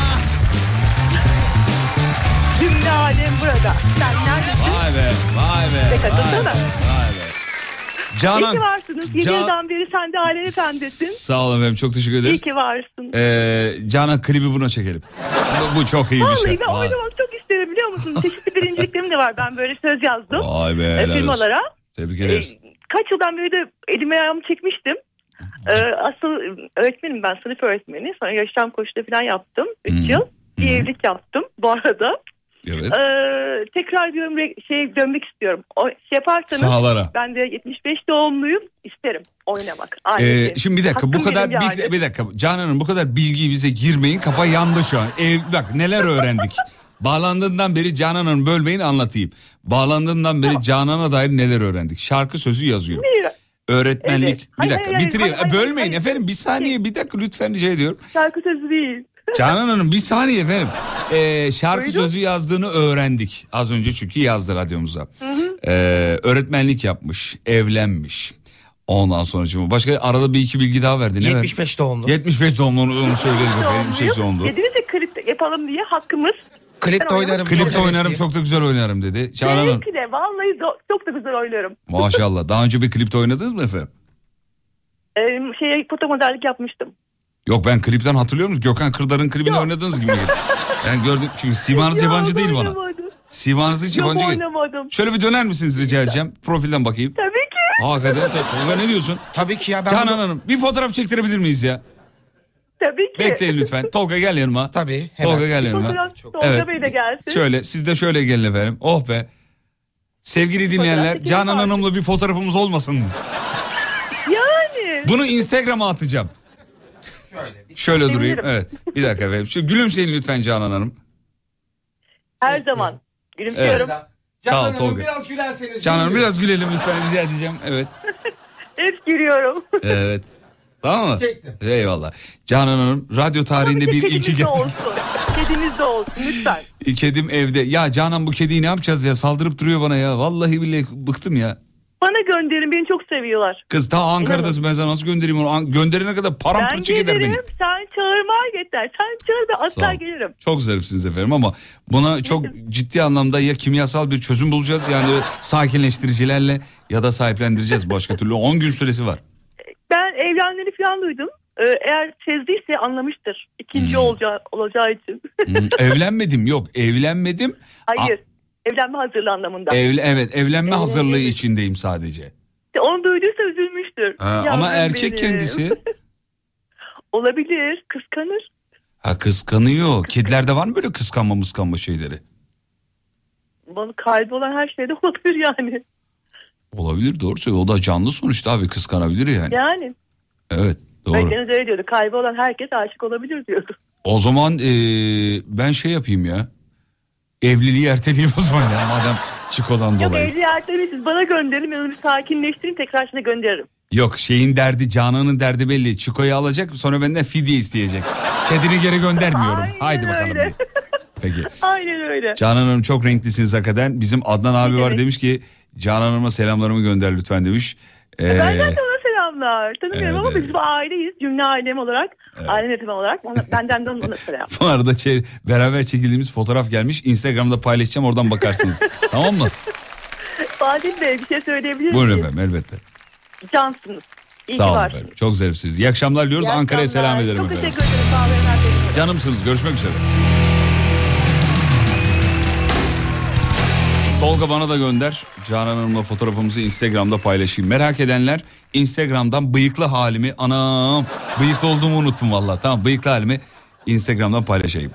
Cümle alem burada. Sen neredesin? Vay be, vay be. De katılsana. Vay be. Canan. İyi ki varsınız. 7 yıldan beri sen de Alem FM'desin. Sağ olun efendim, çok teşekkür ederiz. İyi ki varsın. Canan klibi buna çekelim. Bu çok iyi bir şey. Vallahi ben oynamak çok isterim biliyor musun? Çeşitli birinciliklerim de var. Ben böyle söz yazdım. Vay be, helal firmalara. olsun. Tebrik ederiz. Kaç yıldan beri de elime ayağımı çekmiştim. Asıl öğretmenim ben, sınıf öğretmeni. Sonra yaşam koçluğu falan yaptım. 3 yıl. Bir evlilik yaptım bu arada. Evet. Tekrar diyorum dönmek istiyorum. O yaparsanız sahalara. Ben de 75 doğumluyum, isterim oynamak. Şimdi bir dakika, bu kadar bir dakika Canan Hanım, bu kadar bilgiyi bize girmeyin, kafa yandı şu an. Bak neler öğrendik. Bağlandığından beri Canan Hanım, bölmeyin anlatayım. Bağlandığından beri Canan'a dair neler öğrendik. Şarkı sözü yazıyor. Öğretmenlik. Evet. Bir dakika bitireyim. Bölmeyin efendim, bir saniye, bir dakika lütfen rica ediyorum. Şarkı sözü değil. Canan Hanım bir saniye efendim. Şarkı sözü yazdığını öğrendik. Az önce çünkü yazdı radyomuza. Öğretmenlik yapmış, evlenmiş. Ondan sonra başka arada bir iki bilgi daha verdi. Ne 75 doğumlu. 75 doğumlu, onu söyledik efendim. Bir şey oldu. Dediniz ya klip yapalım diye, hakkımız. Klipte oynarım. Klipte oynarım, çok da güzel oynarım dedi. Canan Hanım. Belki de vallahi çok da güzel oynarım. Maşallah. Daha önce bir klipte oynadınız mı efendim? Foto modellik yapmıştım. Yok, ben klipten hatırlıyor musunuz? Gökhan Kırdar'ın klibini oynadığınız gibi. Ben gördüm çünkü simanız yabancı değil bana. Simanız hiç yabancı değil. Şöyle bir döner misiniz rica edeceğim? Profilden bakayım. Tabii ki. Hakikaten Tolga ne diyorsun? Tabii ki ya. Canan Hanım bir fotoğraf çektirebilir miyiz ya? Tabii ki. Bekleyin lütfen. Tolga gel yanıma. Tabii. Hemen. Tolga gel yanıma. Tolga Bey de gelsin. Şöyle siz de şöyle gelin efendim. Oh be. Sevgili dinleyenler, Canan Hanım'la bir fotoğrafımız olmasın mı? Yani. Bunu Instagram'a atacağım. Şöyle durayım. Evet. Bir dakika efendim. Şu gülümseyin lütfen Canan Hanım. Her zaman. Gülümsüyorum. Evet. Sağ ol Tolga. Biraz gülerseniz. Canan Hanım biraz gülelim lütfen, rica edeceğim. Evet. Hep gülüyorum. Evet. Tamam mı? Çektim. Eyvallah. Canan Hanım radyo tarihinde bir ilki getirdi. Kediniz de olsun lütfen. Kedim evde. Ya Canan bu kediyi ne yapacağız ya? Saldırıp duruyor bana ya. Vallahi billahi bıktım ya. Bana gönderin, beni çok seviyorlar. Kız ta Ankara'dasın, ben sana nasıl göndereyim onu? Gönderene kadar paramparça gider beni. Ben gelirim, sen çağırmaya yeter. Sen çağır, ben asla gelirim. Çok zarifsiniz efendim ama buna çok ciddi anlamda ya kimyasal bir çözüm bulacağız. Yani sakinleştiricilerle ya da sahiplendireceğiz, başka türlü 10 gün süresi var. Ben evlendiğini falan duydum. Eğer sezdiyse anlamıştır. İkinci olacağı için. Evlenmedim, yok evlenmedim. Hayır, evlenme hazırlığı anlamında. Evet, evlenme hazırlığı içindeyim sadece. Onu duyduysa üzülmüştür. Ama erkek kendisi. Olabilir, kıskanır. Ha, kıskanıyor. Kedilerde var mı böyle kıskanma şeyleri? Bana kalbi olan her şeyde olabilir yani. Olabilir, doğru söylüyor. O da canlı sonuçta abi, kıskanabilir yani. Yani. Evet, doğru. Deniz öyle diyordu. Kalbi olan herkes aşık olabilir diyordu. O zaman ben şey yapayım ya. Evliliği erteleyeyim o zaman ya, madem Çiko'dan dolayı. Yok, evliliği ertelemeyin, siz bana gönderin, ben onu sakinleştireyim, tekrar şimdi gönderirim. Yok, şeyin derdi, Canan'ın derdi belli. Çiko'yu alacak, sonra benden fidye isteyecek. Kedini geri göndermiyorum. Aynen haydi bakalım. Öyle. Peki. Aynen öyle. Canan Hanım çok renklisiniz hakikaten. Bizim Adnan abi var, demiş ki Canan Hanım'a selamlarımı gönder lütfen demiş. Benden de ona selamlar. Tanımıyorum ama biz bu aileyiz. Cümle ailem olarak, ailem efendim olarak. Benden de ona selam. Bu arada beraber çekildiğimiz fotoğraf gelmiş. Instagram'da paylaşacağım, oradan bakarsınız. Tamam mı? Fatih Bey, bir şey söyleyebilir miyim? Buyurun efendim, elbette. Cansınız. İyi Sağ olun varsınız. efendim. Çok zarifsiniz. İyi akşamlar diliyoruz. Ankara'ya selam ederim. Çok teşekkür ederim. Sağ olun. Canımsınız. Görüşmek üzere. Tolga bana da gönder. Canan Hanım'la fotoğrafımızı Instagram'da paylaşayım. Merak edenler Instagram'dan bıyıklı halimi, anam bıyıklı olduğumu unuttum vallahi. Tamam, bıyıklı halimi Instagram'dan paylaşayım.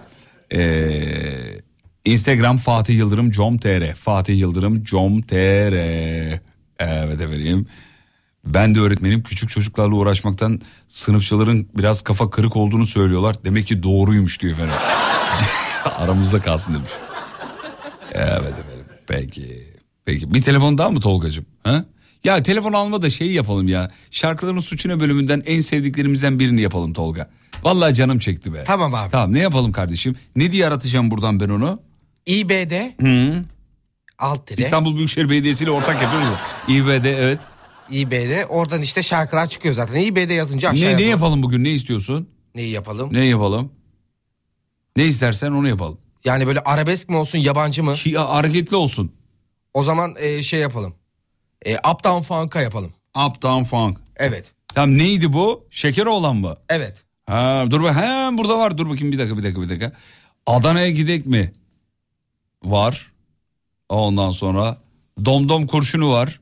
Instagram Fatih Yıldırım com.tr. Fatih Yıldırım com.tr. Evet efendim. Ben de öğretmenim, küçük çocuklarla uğraşmaktan sınıfçıların biraz kafa kırık olduğunu söylüyorlar. Demek ki doğruymuş diyor efendim. Aramızda kalsın demiş. Evet efendim. Peki. Bir telefon daha mı Tolgacığım? Ha? Ya telefon alma da şeyi yapalım ya. Şarkıların Suçu Ne bölümünden en sevdiklerimizden birini yapalım Tolga. Vallahi canım çekti be. Tamam abi. Tamam, ne yapalım kardeşim? Ne diye aratacağım buradan ben onu? İBD. Alt dire. İstanbul Büyükşehir Belediyesi ile ortak yapıyoruz. İBD, evet. İBD, oradan işte şarkılar çıkıyor zaten. İBD yazınca aşağıya. Ne yapalım bugün, ne istiyorsun? Neyi yapalım? Ne yapalım? Ne istersen onu yapalım. Yani böyle arabesk mi olsun, yabancı mı? Hareketli olsun. O zaman şey yapalım. Uptown Funk'a yapalım. Uptown Funk. Evet. Tamam, neydi bu? Şeker olan mı? Evet. Ha, dur bak, burada var. Dur bakayım, bir dakika. Adana'ya gidek mi? Var. Ondan sonra Domdom Kurşunu var.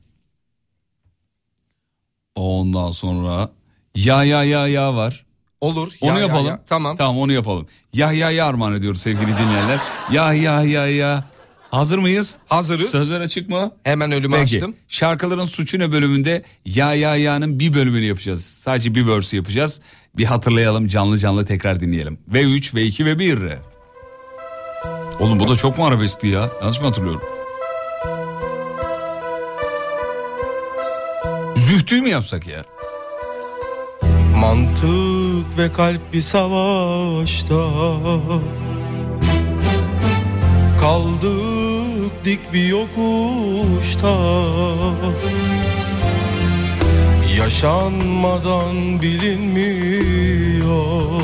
Ondan sonra Ya var. Olur. Onu yapalım. Ya. Tamam. Tamam, onu yapalım. Ya armağan ediyoruz sevgili dinleyenler. Ya. Hazır mıyız? Hazırız. Sözler açık mı? Hemen önümü açtım. Şarkıların Suçu Ne bölümünde Ya'nın bir bölümünü yapacağız. Sadece bir verse yapacağız. Bir hatırlayalım, canlı tekrar dinleyelim. V3, V2 ve 1. Oğlum bu da çok mu arabeskti ya? Yanlış mı hatırlıyorum? Zühtü'yü mü yapsak ya? Mantık ve kalp bir savaşta, kaldık dik bir yokuşta. Yaşanmadan bilinmiyor,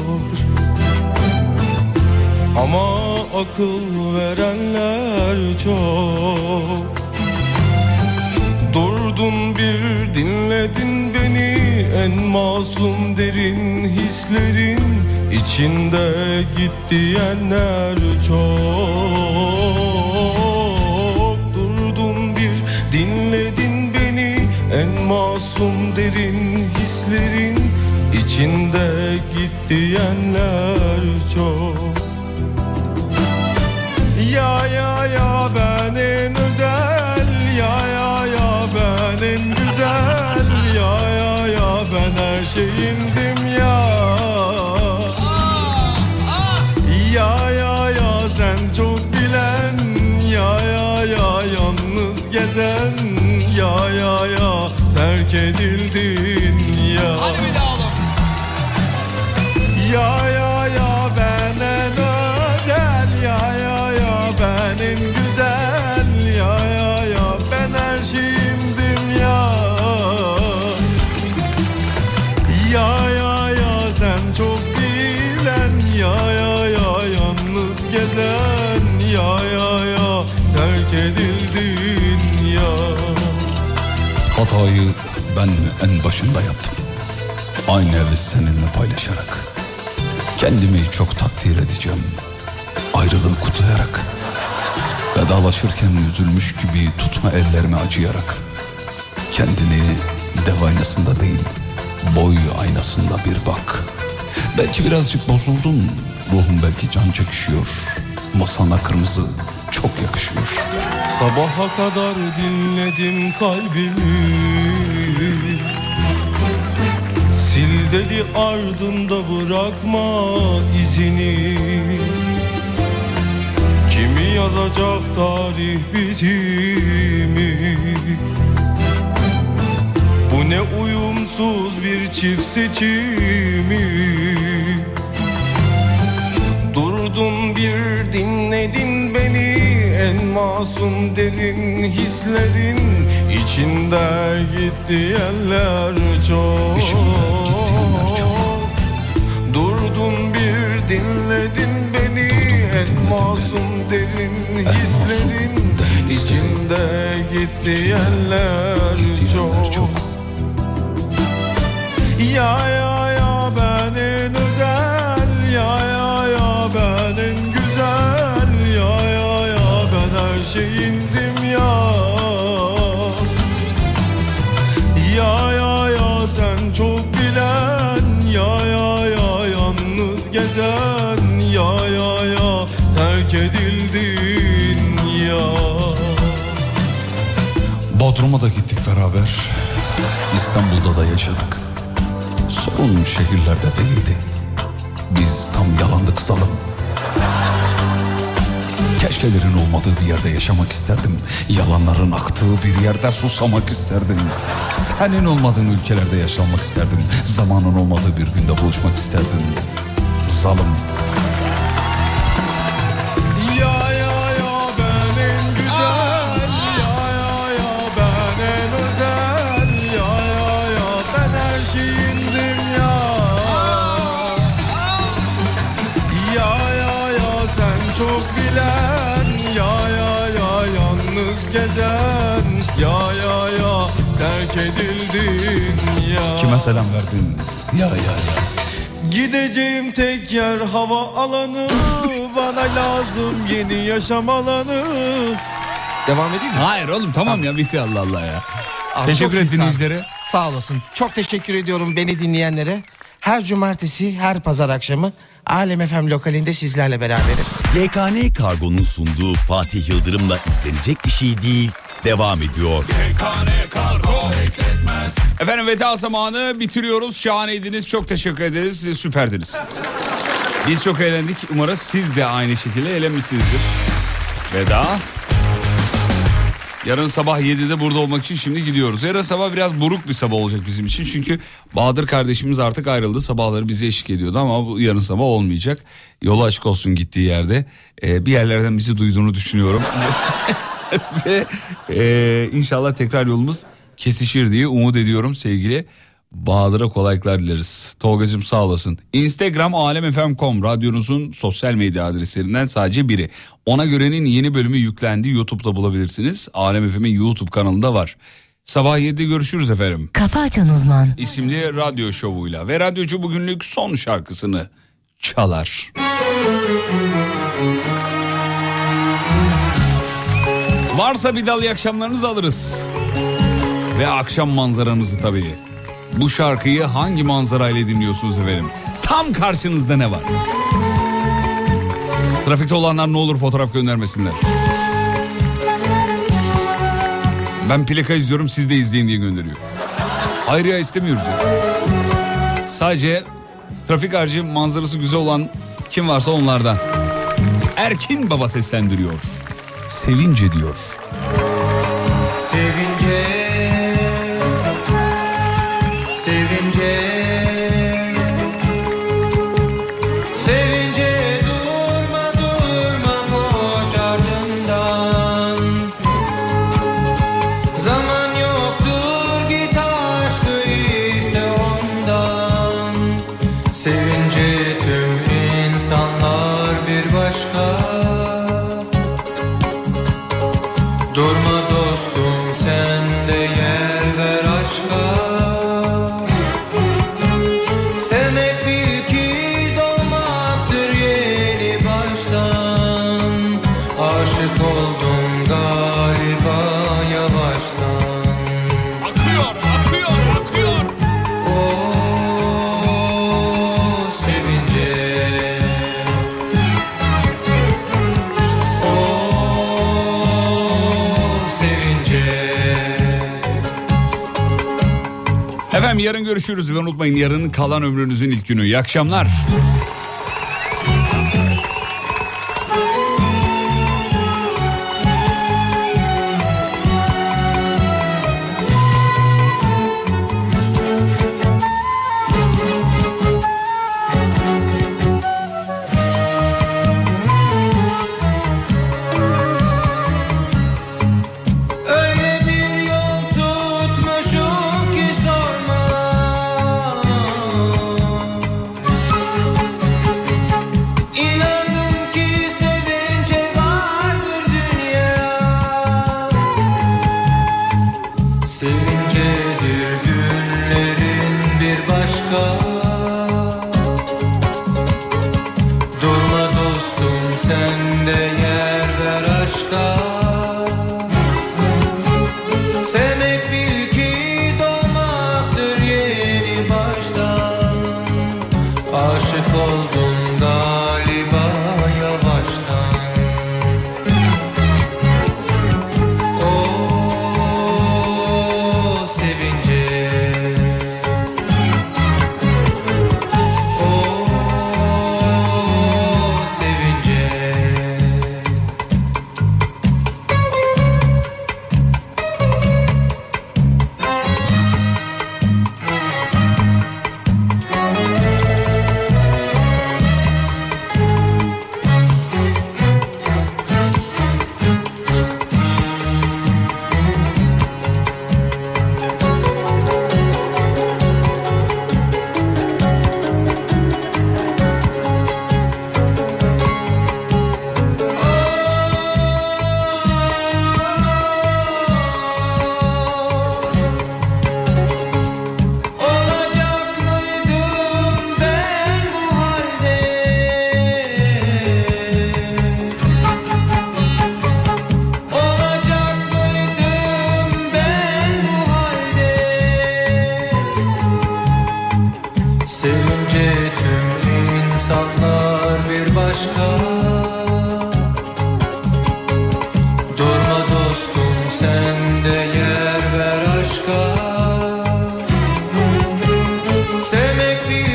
ama akıl verenler çok. Durdun bir dinledin beni, en masum derin hislerin içinde git diyenler çok. Durdun bir dinledin beni, en masum derin hislerin içinde git diyenler çok. Ya ben en özel, ya ben en güzel, ya ben her şeyindim ya. Ya sen çok bilen, ya yalnız gezen, ya terk edildin ya. Hadi bir daha oğlum. Ya ben en özel, ya ben en güzel, ya ben her şeyimdim ya. Hatayı ben en başında yaptım. Aynı evi seninle paylaşarak. Kendimi çok takdir edeceğim. Ayrılığı kutlayarak. Vedalaşırken üzülmüş gibi tutma ellerimi acıyarak. Kendini dev aynasında değil, boy aynasında bir bak. Belki birazcık bozuldun, ruhum belki can çekişiyor. Ama sana kırmızı çok yakışıyor. Sabaha kadar dinledim kalbimi, sil dedi ardında bırakma izini. Kimi yazacak tarih bizi mi? Bu ne uyumsuz bir çift seçimi. Durdun bir dinledin beni, en masum derin hislerin içinde gitti yerler çok. Durdun bir dinledin beni, en masum derin hislerin içinde gitti yerler çok. Ya ya ya ben en özel, ya ya ya ben en güzel, ya ya ya ben her şeyindim ya. Ya ya ya sen çok bilen, ya ya ya yalnız gezen, ya ya ya terk edildin ya. Bodrum'a da gittik beraber. İstanbul'da da yaşadık. Sorun şehirlerde değildi. Biz tam yalandık salım. Keşkelerin olmadığı bir yerde yaşamak isterdim. Yalanların aktığı bir yerde susamak isterdim. Senin olmadığın ülkelerde yaşamak isterdim. Zamanın olmadığı bir günde buluşmak isterdim. Zalim. Ya ya ya ben en güzel, ya ya ya ben en özel, ya ya ya ben her şeyindim ya. Ya ya ya sen çok bilen, ya ya ya yalnız gezen, ya ya ya terk edildin ya. Kime selam verdin? Ya ya ya. Gideceğim tek yer hava alanı, bana lazım yeni yaşam alanı. Devam edeyim mi? Hayır oğlum tamam ya bitti Allah Allah ya. Abi, Teşekkür et dinleyicilere. Sağ olasın. Çok teşekkür ediyorum beni dinleyenlere. Her cumartesi, her pazar akşamı Alem FM lokalinde sizlerle beraberim. YKN Kargo'nun sunduğu Fatih Yıldırım'la izlenecek bir şey değil, devam ediyor. YKN Kargo bekletmez. Efendim veda zamanı bitiriyoruz. Şahaneydiniz. Çok teşekkür ederiz. Süperdiniz. Biz çok eğlendik. Umarız siz de aynı şekilde eğlenmişsinizdir. Veda. Yarın sabah 7'de burada olmak için şimdi gidiyoruz. Yarın sabah biraz buruk bir sabah olacak bizim için. Çünkü Bahadır kardeşimiz artık ayrıldı. Sabahları bize eşlik ediyordu ama bu yarın sabah olmayacak. Yolu açık olsun gittiği yerde. Bir yerlerden bizi duyduğunu düşünüyorum. Ve inşallah tekrar yolumuz kesişir diye umut ediyorum sevgili Bahadır'a kolaylıklar dileriz. Tolgacığım sağ olasın. Instagram alemfm.com radyonuzun sosyal medya adreslerinden sadece biri. Ona göre'nin yeni bölümü yüklendi. YouTube'da bulabilirsiniz. Alem FM'in YouTube kanalında var. Sabah 7'de görüşürüz efendim. Kafa Açan Uzman İsimli radyo şovuyla ve radyocu bugünlük son şarkısını çalar. Varsa bir dal iyi akşamlarınızı alırız. Ve akşam manzaranızı tabii. Bu şarkıyı hangi manzarayla dinliyorsunuz efendim? Tam karşınızda ne var? Trafikte olanlar ne olur fotoğraf göndermesinler. Ben plaka izliyorum siz de izleyin diye gönderiyor. Hayır ya istemiyoruz ya. Sadece trafik harici manzarası güzel olan kim varsa onlardan. Erkin Baba seslendiriyor. Sevince diyor. Sevince, sevince, sevince durma durma koş ardından. Zaman yoktur git aşkı iste ondan. Sevince tüm insanlar bir başka. Durma dostum sen Efendim yarın görüşürüz ve unutmayın yarın kalan ömrünüzün ilk günü. İyi akşamlar.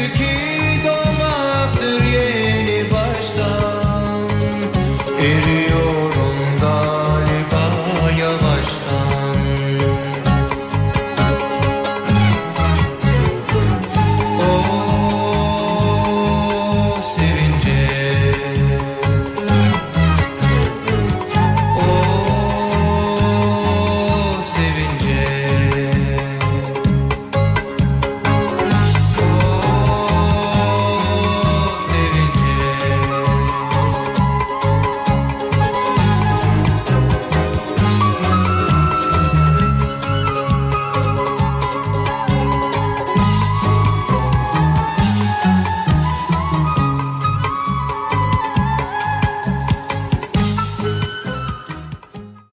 Eriyor